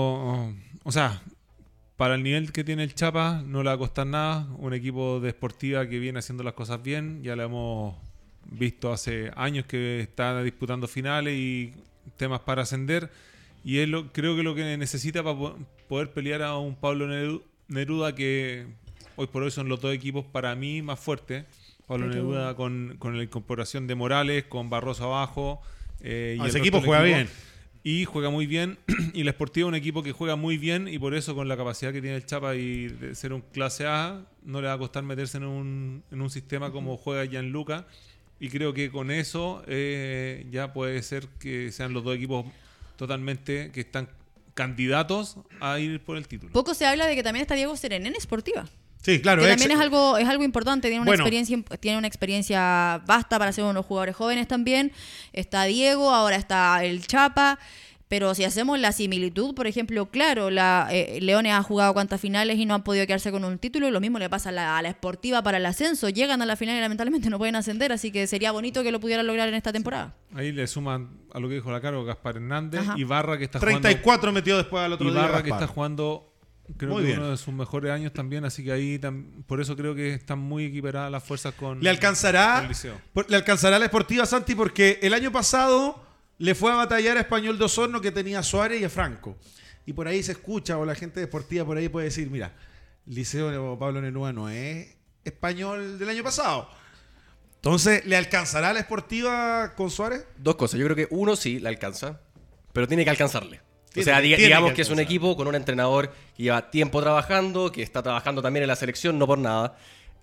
para el nivel que tiene el Chapa no le va a costar nada. Un equipo de Sportiva que viene haciendo las cosas bien, ya lo hemos visto hace años que está disputando finales y temas para ascender. Y creo que lo que necesita para poder pelear a un Pablo Neruda, que hoy por hoy son los dos equipos para mí más fuertes. Pablo Neruda con la incorporación de Morales, con Barroso abajo. Ese equipo juega bien. Y juega muy bien. Y la Sportiva es un equipo que juega muy bien, y por eso, con la capacidad que tiene el Chapa y de ser un clase A, no le va a costar meterse en un sistema como juega Gianluca. Y creo que con eso ya puede ser que sean los dos equipos totalmente que están candidatos a ir por el título. Poco se habla de que también está Diego Serena en Sportiva. Sí, claro. Que también es algo importante, tiene una experiencia vasta para ser uno de los jugadores jóvenes también. Está Diego, ahora está el Chapa. Pero si hacemos la similitud, por ejemplo, claro, Leones ha jugado cuantas finales y no han podido quedarse con un título. Lo mismo le pasa a la Sportiva para el ascenso. Llegan a la final y lamentablemente no pueden ascender, así que sería bonito que lo pudieran lograr en esta temporada. Ahí le suman a lo que dijo la Caro, Gaspar Hernández. Ajá. Y Barra, que está 34 metió después al otro día. Y Barra, Gaspar, que está jugando, creo muy que bien. uno de sus mejores años también. Así que ahí, por eso creo que están muy equiparadas las fuerzas con ¿Le alcanzará el Liceo. ¿Le alcanzará la Sportiva, Santi? Porque el año pasado le fue a batallar a Español de Osorno, que tenía a Suárez y a Franco. Y por ahí se escucha, o la gente deportiva por ahí puede decir, mira, Liceo Pablo Neruda no es Español del año pasado. Entonces, ¿le alcanzará la Sportiva con Suárez? Dos cosas. Yo creo que uno sí le alcanza, pero tiene que alcanzarle. Tiene Digamos que que es un alcanzar. equipo con un entrenador que lleva tiempo trabajando, que está trabajando también en la selección, no por nada,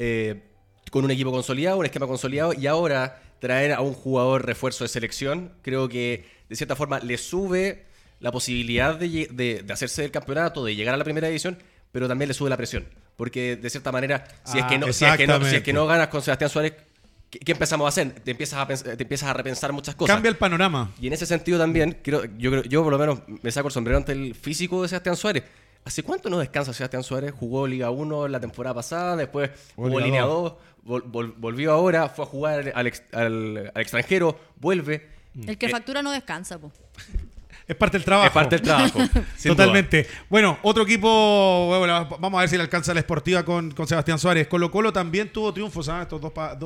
con un equipo consolidado, un esquema consolidado, y ahora traer a un jugador refuerzo de selección, creo que de cierta forma le sube la posibilidad de hacerse del campeonato, de llegar a la primera división, pero también le sube la presión. Porque de cierta manera, si es que no ganas con Sebastián Suárez, ¿qué empezamos a hacer? Te empiezas a repensar muchas cosas. Cambia el panorama. Y en ese sentido también, yo por lo menos me saco el sombrero ante el físico de Sebastián Suárez. ¿Hace cuánto no descansa Sebastián Suárez? Jugó Liga 1 la temporada pasada, después jugó Línea 2, volvió ahora, fue a jugar al extranjero, vuelve. El que factura no descansa, po. Es parte del trabajo. Es parte del trabajo. sin Totalmente. Bueno, otro equipo, bueno, vamos a ver si le alcanza la Sportiva con Sebastián Suárez. Colo-Colo también tuvo triunfos, ¿sabes? Estos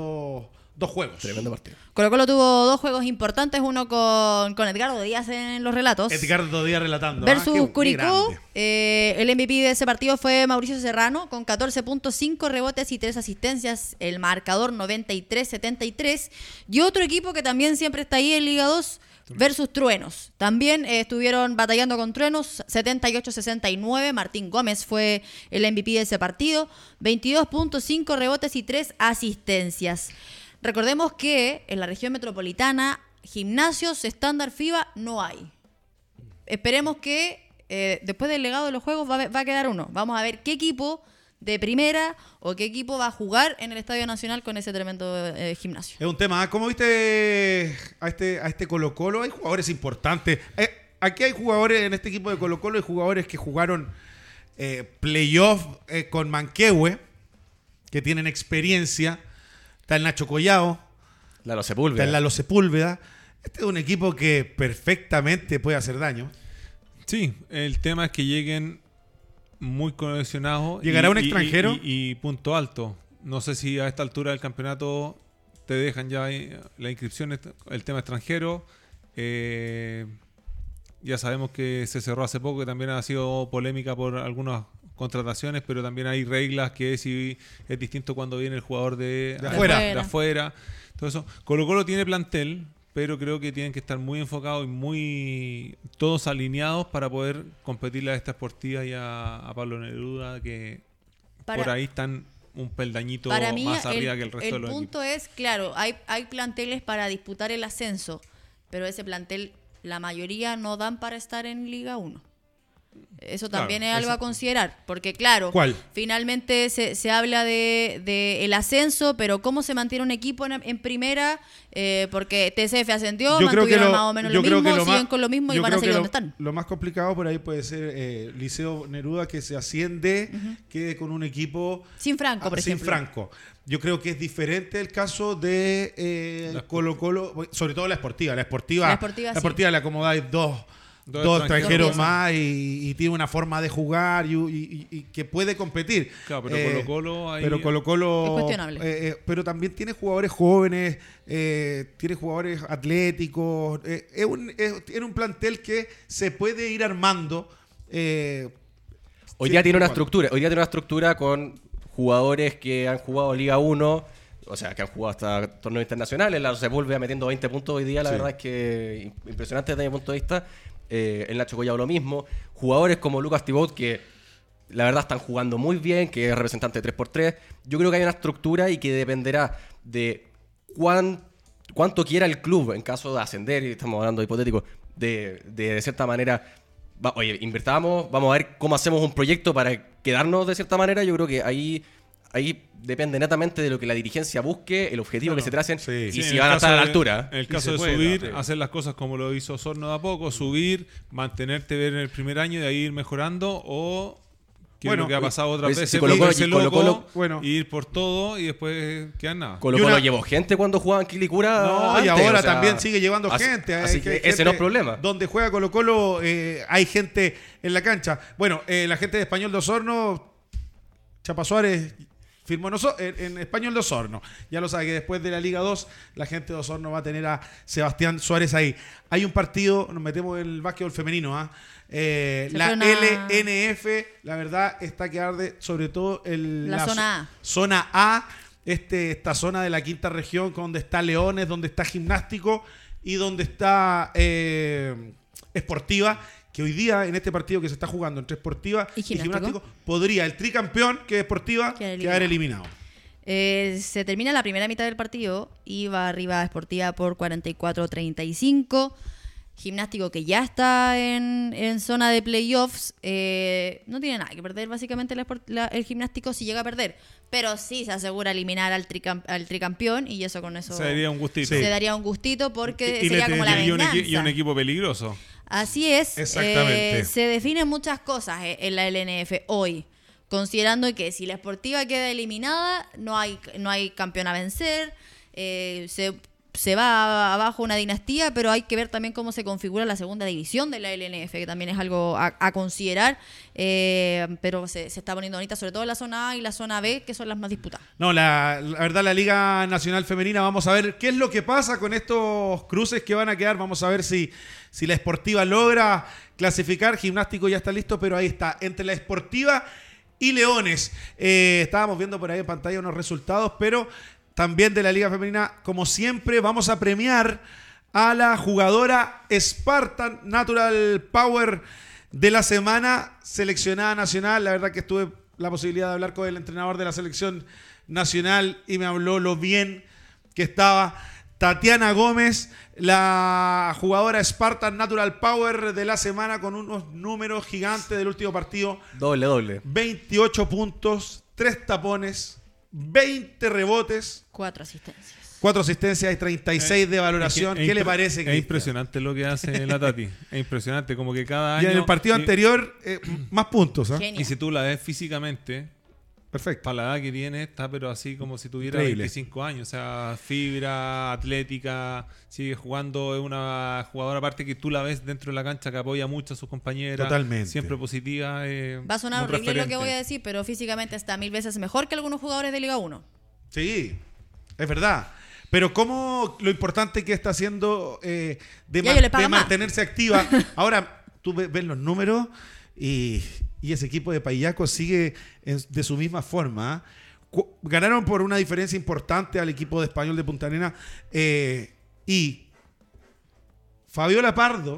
dos juegos. Tremendo partido. Colo-Colo tuvo 2 juegos importantes, uno con Edgardo Díaz en los relatos. Edgardo Díaz relatando. Versus Qué Curicó, grande. el MVP de ese partido fue Mauricio Serrano con 14.5 rebotes y 3 asistencias, el marcador 93-73. Y otro equipo que también siempre está ahí en Liga 2 versus Truenos. También estuvieron batallando con Truenos, 78-69. Martín Gómez fue el MVP de ese partido, 22.5 rebotes y 3 asistencias. Recordemos que en la región metropolitana gimnasios estándar FIBA no hay. Esperemos que después del legado de los juegos va a quedar uno. Vamos a ver qué equipo de primera o qué equipo va a jugar en el Estadio Nacional con ese tremendo gimnasio. Es un tema. ¿Cómo viste a este Colo-Colo? Hay jugadores importantes. Aquí hay jugadores en este equipo de Colo-Colo, hay jugadores que jugaron playoff con Manquehue, que tienen experiencia. Está el Nacho Collao. Lalo Sepúlveda. Está el Lalo Sepúlveda. Este es un equipo que perfectamente puede hacer daño. Sí, el tema es que lleguen muy cohesionados. ¿Llegará un extranjero? Y punto alto. No sé si a esta altura del campeonato te dejan ya la inscripción, el tema extranjero. Ya sabemos que se cerró hace poco, que también ha sido polémica por algunas contrataciones, pero también hay reglas que si es distinto cuando viene el jugador de afuera. Todo eso. Colo-Colo tiene plantel, pero creo que tienen que estar muy enfocados y muy todos alineados para poder competirle a esta Sportiva y a Pablo Neruda, que por ahí están un peldañito más arriba que el resto de los equipos. El punto es, claro, hay planteles para disputar el ascenso, pero ese plantel, la mayoría no dan para estar en Liga 1. Eso también es algo a considerar, porque claro, finalmente se habla de el ascenso, pero cómo se mantiene un equipo en primera, porque TCF ascendió, mantuvieron más o menos lo mismo, siguen con lo mismo y van a seguir donde están. Lo más complicado por ahí puede ser Liceo Neruda, que se asciende, quede con un equipo sin Franco, por ejemplo. Sin Franco. Yo creo que es diferente el caso de Colo-Colo, sobre todo la Sportiva. La Sportiva le acomodáis dos extranjeros más y tiene una forma de jugar y que puede competir. Claro, pero Colo-Colo es cuestionable. Pero también tiene jugadores jóvenes, tiene jugadores atléticos. Tiene un plantel que se puede ir armando. Hoy día tiene una estructura con jugadores que han jugado Liga 1, o sea, que han jugado hasta torneos internacionales. La Sepúlveda metiendo 20 puntos hoy día, la verdad es que impresionante desde mi punto de vista. El Nacho Collado lo mismo. Jugadores como Lucas Thibaut, que la verdad están jugando muy bien, que es representante de 3x3. Yo creo que hay una estructura y que dependerá de cuánto quiera el club en caso de ascender, y estamos hablando de hipotético, de cierta manera, invertamos, vamos a ver cómo hacemos un proyecto para quedarnos de cierta manera. Yo creo que ahí depende netamente de lo que la dirigencia busque, el objetivo que se tracen y si van a estar a la altura. En el caso de subir, hacer las cosas como lo hizo Osorno de a poco, subir, mantenerte ver en el primer año y de ahí ir mejorando, o es lo que ha pasado otras veces, ir por todo y después quedar nada. Colo-Colo llevó gente cuando jugaban Quilicura antes, y ahora también sigue llevando gente. Así que ese no es problema. Donde juega Colo-Colo hay gente en la cancha. Bueno, la gente de Español de Osorno, Chapa Suárez firmó en Español de Osorno. Ya lo sabe que después de la Liga 2, la gente de Osorno va a tener a Sebastián Suárez ahí. Hay un partido, nos metemos en el básquetbol femenino, la LNF, la verdad, está que arde, sobre todo la zona A. Zona A, esta zona de la quinta región, donde está Leones, donde está Gimnástico y donde está Sportiva, que hoy día en este partido que se está jugando entre Sportiva y Gimnástico podría el tricampeón, que es Sportiva, quedar eliminado. Se termina la primera mitad del partido y va arriba Sportiva por 44-35. Gimnástico, que ya está en zona de playoffs, no tiene nada que perder básicamente el Gimnástico si llega a perder, pero sí se asegura eliminar al tricampeón, y eso con eso se daría un gustito. Se daría un gustito porque sería como la venganza. Y un equipo peligroso. Así es. Exactamente. Se definen muchas cosas en la LNF hoy, considerando que si la Sportiva queda eliminada, no hay campeón a vencer, se va abajo una dinastía, pero hay que ver también cómo se configura la segunda división de la LNF, que también es algo a considerar, pero se está poniendo bonita, sobre todo la zona A y la zona B, que son las más disputadas. No, la verdad, la Liga Nacional Femenina, vamos a ver qué es lo que pasa con estos cruces que van a quedar. Vamos a ver si la Sportiva logra clasificar. Gimnástico ya está listo, pero ahí está, entre la Sportiva y Leones. Estábamos viendo por ahí en pantalla unos resultados, pero también de la Liga Femenina, como siempre, vamos a premiar a la jugadora Spartan Natural Power de la semana, seleccionada nacional. La verdad que tuve la posibilidad de hablar con el entrenador de la selección nacional y me habló lo bien que estaba Tatiana Gómez, la jugadora Spartan Natural Power de la semana, con unos números gigantes del último partido. Doble. 28 puntos, 3 tapones, 20 rebotes, 4 asistencias. 4 asistencias y 36 de valoración. ¿Qué le parece? Es impresionante lo que hace la Tati. Es impresionante, como que cada año... Y en el partido anterior, más puntos. Y si tú la ves físicamente, Perfecto. Para la edad que tiene, está pero así como si tuviera Increíble. 25 años. O sea, fibra, atlética, sigue jugando. Es una jugadora aparte que tú la ves dentro de la cancha que apoya mucho a sus compañeras. Totalmente. Siempre positiva. Va a sonar un horrible lo que referente. voy a decir, pero físicamente está 1000 veces mejor que algunos jugadores de Liga 1. Sí, es verdad. Pero cómo lo importante que está haciendo Y ellos le pagan más. mantenerse activa. Ahora, tú ves los números y ese equipo de Payaco sigue de su misma forma. Ganaron por una diferencia importante al equipo de Español de Punta Arenas. Y Fabiola Pardo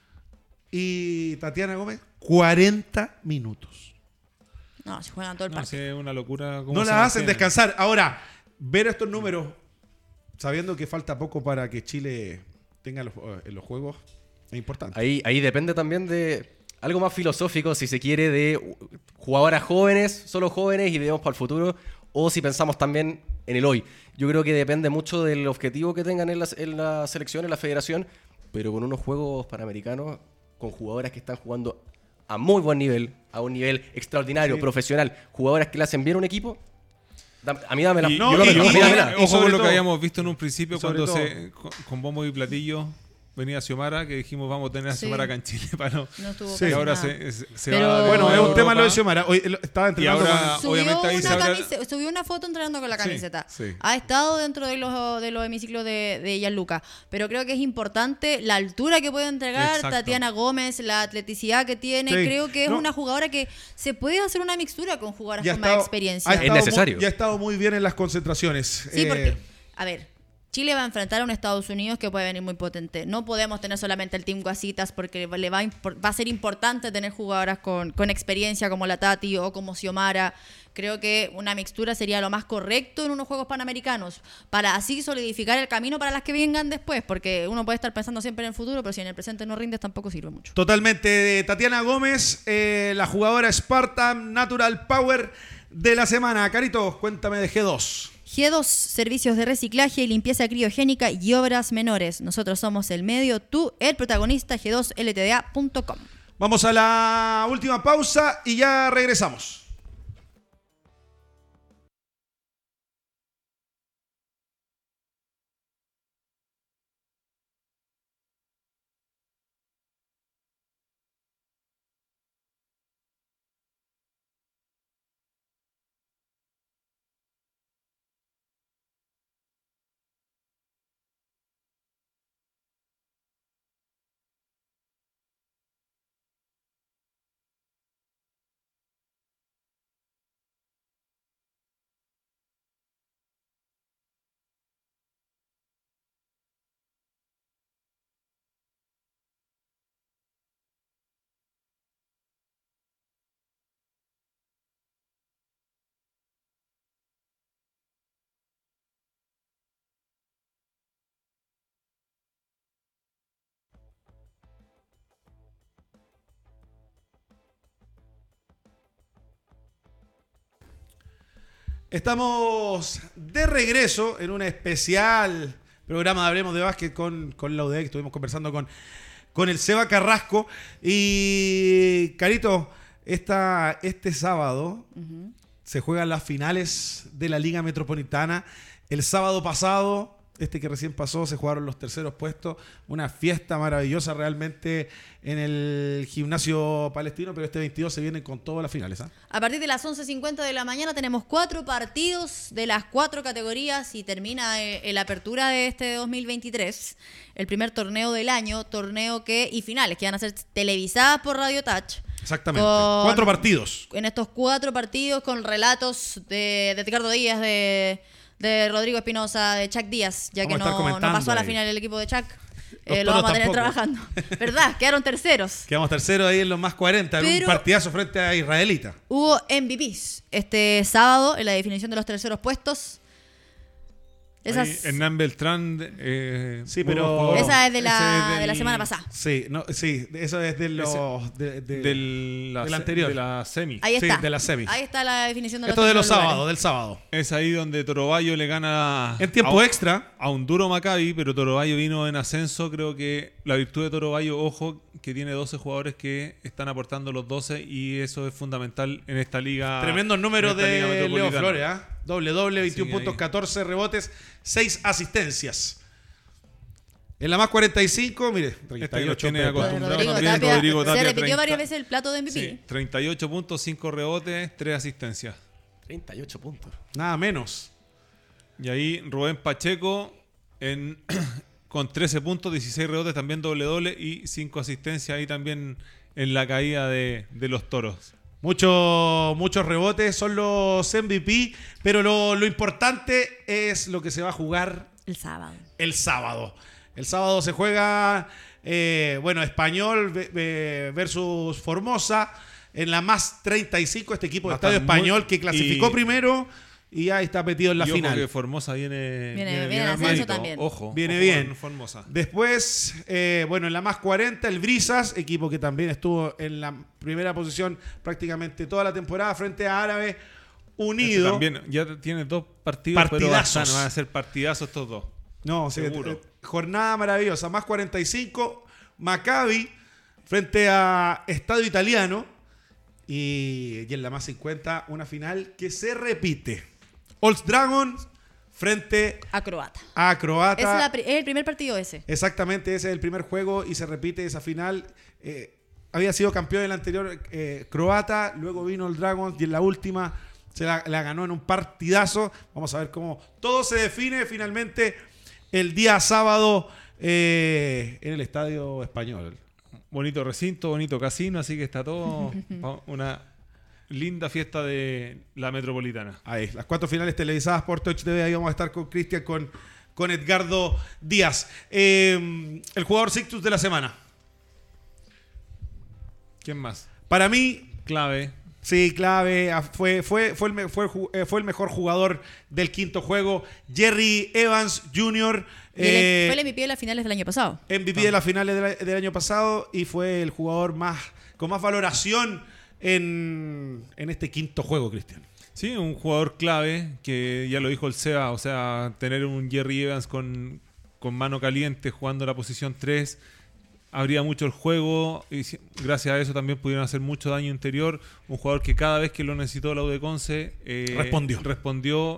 y Tatiana Gómez, 40 minutos. No, se juegan todo el No, partido. sí, es una locura. cómo No se las hacen mantienen. descansar. Ahora, ver estos números, sabiendo que falta poco para que Chile tenga en los juegos, es importante. Ahí depende también de algo más filosófico, si se quiere, de jugadoras jóvenes, solo jóvenes y vemos para el futuro, o si pensamos también en el hoy. Yo creo que depende mucho del objetivo que tengan en la selección, en la federación, pero con unos juegos panamericanos, con jugadoras que están jugando a muy buen nivel, a un nivel extraordinario, Sí. profesional, jugadoras que le hacen bien a un equipo, a mí dámela. Y, No, yo lo y- digo, a mí y- dámela. y ojo sobre con lo todo- que habíamos visto en un principio sobre cuando todo- con bombo y platillo venía Xiomara, que dijimos vamos a tener a Sí. Xiomara acá en Chile para no. No estuvo Sí. casi Y ahora nada. se Pero- va. Bueno, es un tema lo de Europa. Xiomara. Hoy estaba entrenando ahora- con... obviamente ahí se habrá- Subió una foto entrenando con la Sí, camiseta. sí. Ha estado dentro de los hemiciclos de Gianluca. Pero creo que es importante la altura que puede entregar Exacto. Tatiana Gómez, la atleticidad que tiene. Sí. Creo que es No. una jugadora que se puede hacer una mixtura con jugadoras Ya con ha estado- más experiencia. ha Es estado necesario. Ya ha estado muy bien en las concentraciones. Sí, porque, a ver, Chile va a enfrentar a un Estados Unidos que puede venir muy potente. No podemos tener solamente el Team Guasitas porque va a ser importante tener jugadoras con experiencia como la Tati o como Xiomara. Creo que una mixtura sería lo más correcto en unos Juegos Panamericanos para así solidificar el camino para las que vengan después, porque uno puede estar pensando siempre en el futuro, pero si en el presente no rindes tampoco sirve mucho. Totalmente. Tatiana Gómez, la jugadora Spartan Natural Power de la semana. Carito, cuéntame de G2. G2, servicios de reciclaje y limpieza criogénica y obras menores. Nosotros somos el medio, tú el protagonista, g2ltda.com. Vamos a la última pausa y ya regresamos. Estamos de regreso en un especial programa de Hablemos de Básquet con la UDEC. Estuvimos conversando con el Seba Carrasco. Y, Carito, este sábado se juegan las finales de la Liga Metropolitana. El sábado pasado, que recién pasó, se jugaron los terceros puestos. Una fiesta maravillosa realmente en el gimnasio palestino, pero este 22 se vienen con todas las finales. A partir de las 11:50 de la mañana tenemos 4 partidos de las 4 categorías y termina la apertura de este 2023, el primer torneo del año, y finales que van a ser televisadas por Radio Touch. Exactamente. 4 partidos. En estos 4 partidos con relatos de Ricardo Díaz, de Rodrigo Espinosa, de Chuck Díaz, ya Vamos que a estar no comentando pasó a la ahí. final el equipo de Chuck. Los Lo toros vamos a tener tampoco. trabajando. ¿Verdad? Quedaron terceros. Quedamos terceros ahí en los más 40, en un Pero- partidazo frente a Israelita. Hubo MVPs este sábado en la definición de los terceros puestos. Esas, Hernán Beltrán. Sí, muy pero- buen jugador. esa es de Ese la del- semana pasada. Sí, no, sí, eso es de los Del anterior. De la semi. Ahí Sí, está. de la semi. Ahí está la definición de Esto de los primeros lugares. sábados, del sábado. Es ahí donde Torobayo le gana En tiempo a, extra. a un duro Maccabi, pero Torobayo vino en ascenso. Creo que la virtud de Torobayo, ojo, que tiene 12 jugadores que están aportando los 12 y eso es fundamental en esta liga. Tremendo número en esta liga de Leo metropolitana. Flores, ¿ah? Doble, 21 Sí, puntos, ahí. 14 rebotes, 6 asistencias. En la más 45, mire, Este 38 nos tiene Pepe. acostumbrado Rodrigo también, Tapia, Rodrigo Tapia, se repitió 30. varias veces el plato de MVP. Sí, 38 puntos, 5 rebotes, 3 asistencias. 38 puntos. Nada menos. Y ahí Rubén Pacheco con 13 puntos, 16 rebotes, también doble y 5 asistencias ahí también en la caída de los toros. Muchos rebotes, son los MVP, pero lo importante es lo que se va a jugar El sábado. el sábado. El sábado se juega, Español versus Formosa en la más 35, este equipo de Va a Estadio estar muy- Español que clasificó y- primero y ya está metido en la Y ojo final. que Formosa viene Viene bien en ascenso armadito. también. Ojo, Viene ojo bien. con Formosa. Después, en la más 40, el Brisas, equipo que también estuvo en la primera posición prácticamente toda la temporada frente a Árabe Unido. También ya tiene 2 partidos, pero Partidazos. van a ser partidazos estos dos. No, sí, Seguro. jornada maravillosa. Más 45, Maccabi frente a Estadio Italiano. Y en la más 50, una final que se repite. Old Dragons frente A Croata. a Croata. Es el primer partido ese. Exactamente, ese es el primer juego y se repite esa final. Había sido campeón en la anterior Croata, luego vino el Dragons y en la última se la ganó en un partidazo. Vamos a ver cómo todo se define finalmente el día sábado en el Estadio Español. Bonito recinto, bonito casino, así que está todo una linda fiesta de la Metropolitana. Ahí, las 4 finales televisadas por Touch TV. Ahí vamos a estar con Cristian, con Edgardo Díaz. El jugador Sixtus de la semana. ¿Quién más? Para mí, Clave. sí, clave. Fue el mejor jugador del quinto juego. Jerry Evans Jr. Y fue el MVP de las finales del año pasado. MVP de las finales del año pasado y fue el jugador con más valoración en este quinto juego, Cristian. Sí, un jugador clave que ya lo dijo el Seba, o sea, tener un Jerry Evans con mano caliente jugando la posición 3 abría mucho el juego y gracias a eso también pudieron hacer mucho daño interior. Un jugador que cada vez que lo necesitó la U de Conce respondió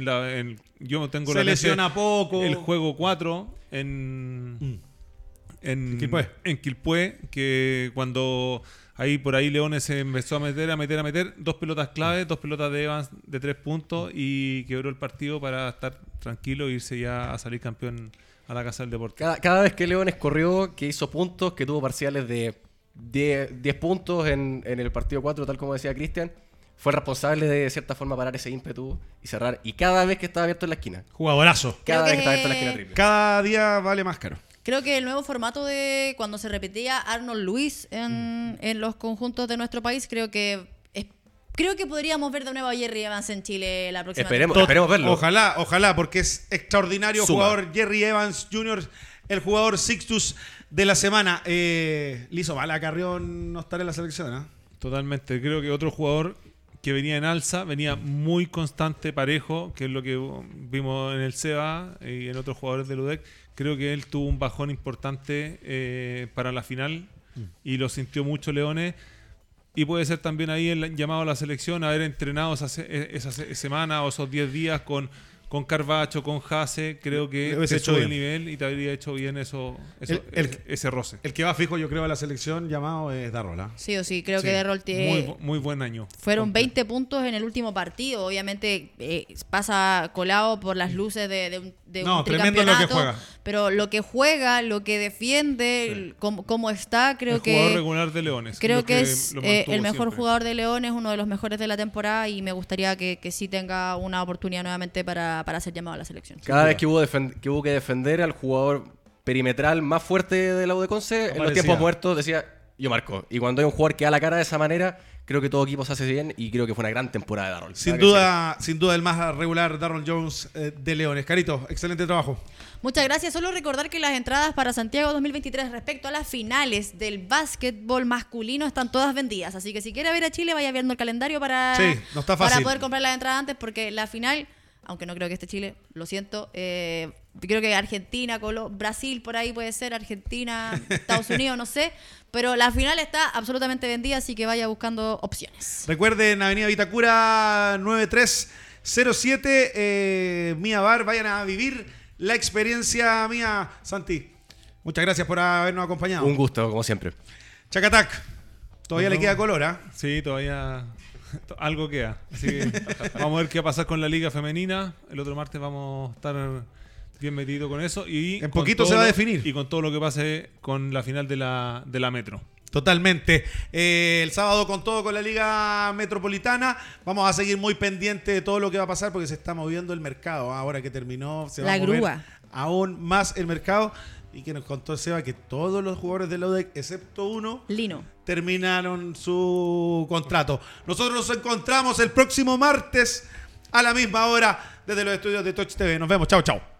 yo tengo Se la lesiona poco. el juego 4 en Quilpué. En Quilpué, que cuando por ahí Leones se empezó a meter 2 pelotas clave, 2 pelotas de Evans de 3 puntos y quebró el partido para estar tranquilo e irse ya a salir campeón a la casa del deporte. Cada vez que Leones corrió, que hizo puntos, que tuvo parciales de 10 puntos en el partido 4, tal como decía Cristian, fue el responsable de cierta forma parar ese ímpetu y cerrar. Y cada vez que estaba abierto en la esquina, Jugadorazo. cada Creo vez que estaba abierto en la que- esquina triple. Cada día vale más caro. Creo que el nuevo formato de cuando se repetía Arnold Lewis en los conjuntos de nuestro país, creo que podríamos ver de nuevo a Jerry Evans en Chile la próxima Esperemos verlo. Ojalá, porque es extraordinario Suma. jugador Jerry Evans Jr., el jugador Sixtus de la semana. Le hizo mal a Carrión no estar en la selección, ¿no? Totalmente. Creo que otro jugador que venía en alza, venía muy constante, parejo, que es lo que vimos en el Seba y en otros jugadores del UDEC. Creo que él tuvo un bajón importante para la final y lo sintió mucho Leones. Y puede ser también ahí el llamado a la selección, haber entrenado esa semana o esos 10 días con Carvacho, con Jase. Creo que Le hubiese te hecho sube el bien. nivel y te habría hecho bien ese roce. El que va fijo, yo creo, a la selección llamado es Darrola. Sí o sí, creo Sí, que Derrol muy buen año. fueron 20 puntos en el último partido. Obviamente pasa colado por las luces de un No, tremendo tricampeonato. lo que juega. Pero lo que juega, lo que defiende, cómo está, creo El jugador que regular de Leones. creo lo que es lo mantuvo el mejor siempre. jugador de Leones, uno de los mejores de la temporada y me gustaría que sí tenga una oportunidad nuevamente para ser llamado a la selección. Cada vez que hubo que defender al jugador perimetral más fuerte de la U de Conce, en los Aparecía. tiempos muertos decía, yo marco. Y cuando hay un jugador que da la cara de esa manera, creo que todo equipo se hace bien y creo que fue una gran temporada de Darrell. Sin duda el más regular Darrell Jones de Leones. Carito, excelente trabajo. Muchas gracias. Solo recordar que las entradas para Santiago 2023 respecto a las finales del básquetbol masculino están todas vendidas. Así que si quiere ver a Chile, vaya viendo el calendario para poder comprar las entradas antes, porque la final, aunque no creo que esté Chile, lo siento, creo que Argentina, Brasil por ahí puede ser, Argentina, Estados Unidos, no sé, pero la final está absolutamente vendida, así que vaya buscando opciones. Recuerden, Avenida Vitacura 9307, Mía Bar, vayan a vivir la experiencia mía. Santi, muchas gracias por habernos acompañado. Un gusto, como siempre. Chacatac, todavía le queda color, ¿ah? Sí, todavía algo queda. Así que vamos a ver qué va a pasar con la liga femenina. El otro martes vamos a estar bien metido con eso. Y en poquito se va a definir. Y con todo lo que pase con la final de la Metro. Totalmente. El sábado con todo con la Liga Metropolitana. Vamos a seguir muy pendientes de todo lo que va a pasar porque se está moviendo el mercado. Ahora que terminó, se va a mover aún más el mercado. Y que nos contó Seba que todos los jugadores de la UDEC, excepto uno, Lino, terminaron su contrato. Nosotros nos encontramos el próximo martes a la misma hora desde los estudios de Touch TV. Nos vemos. Chao, chao.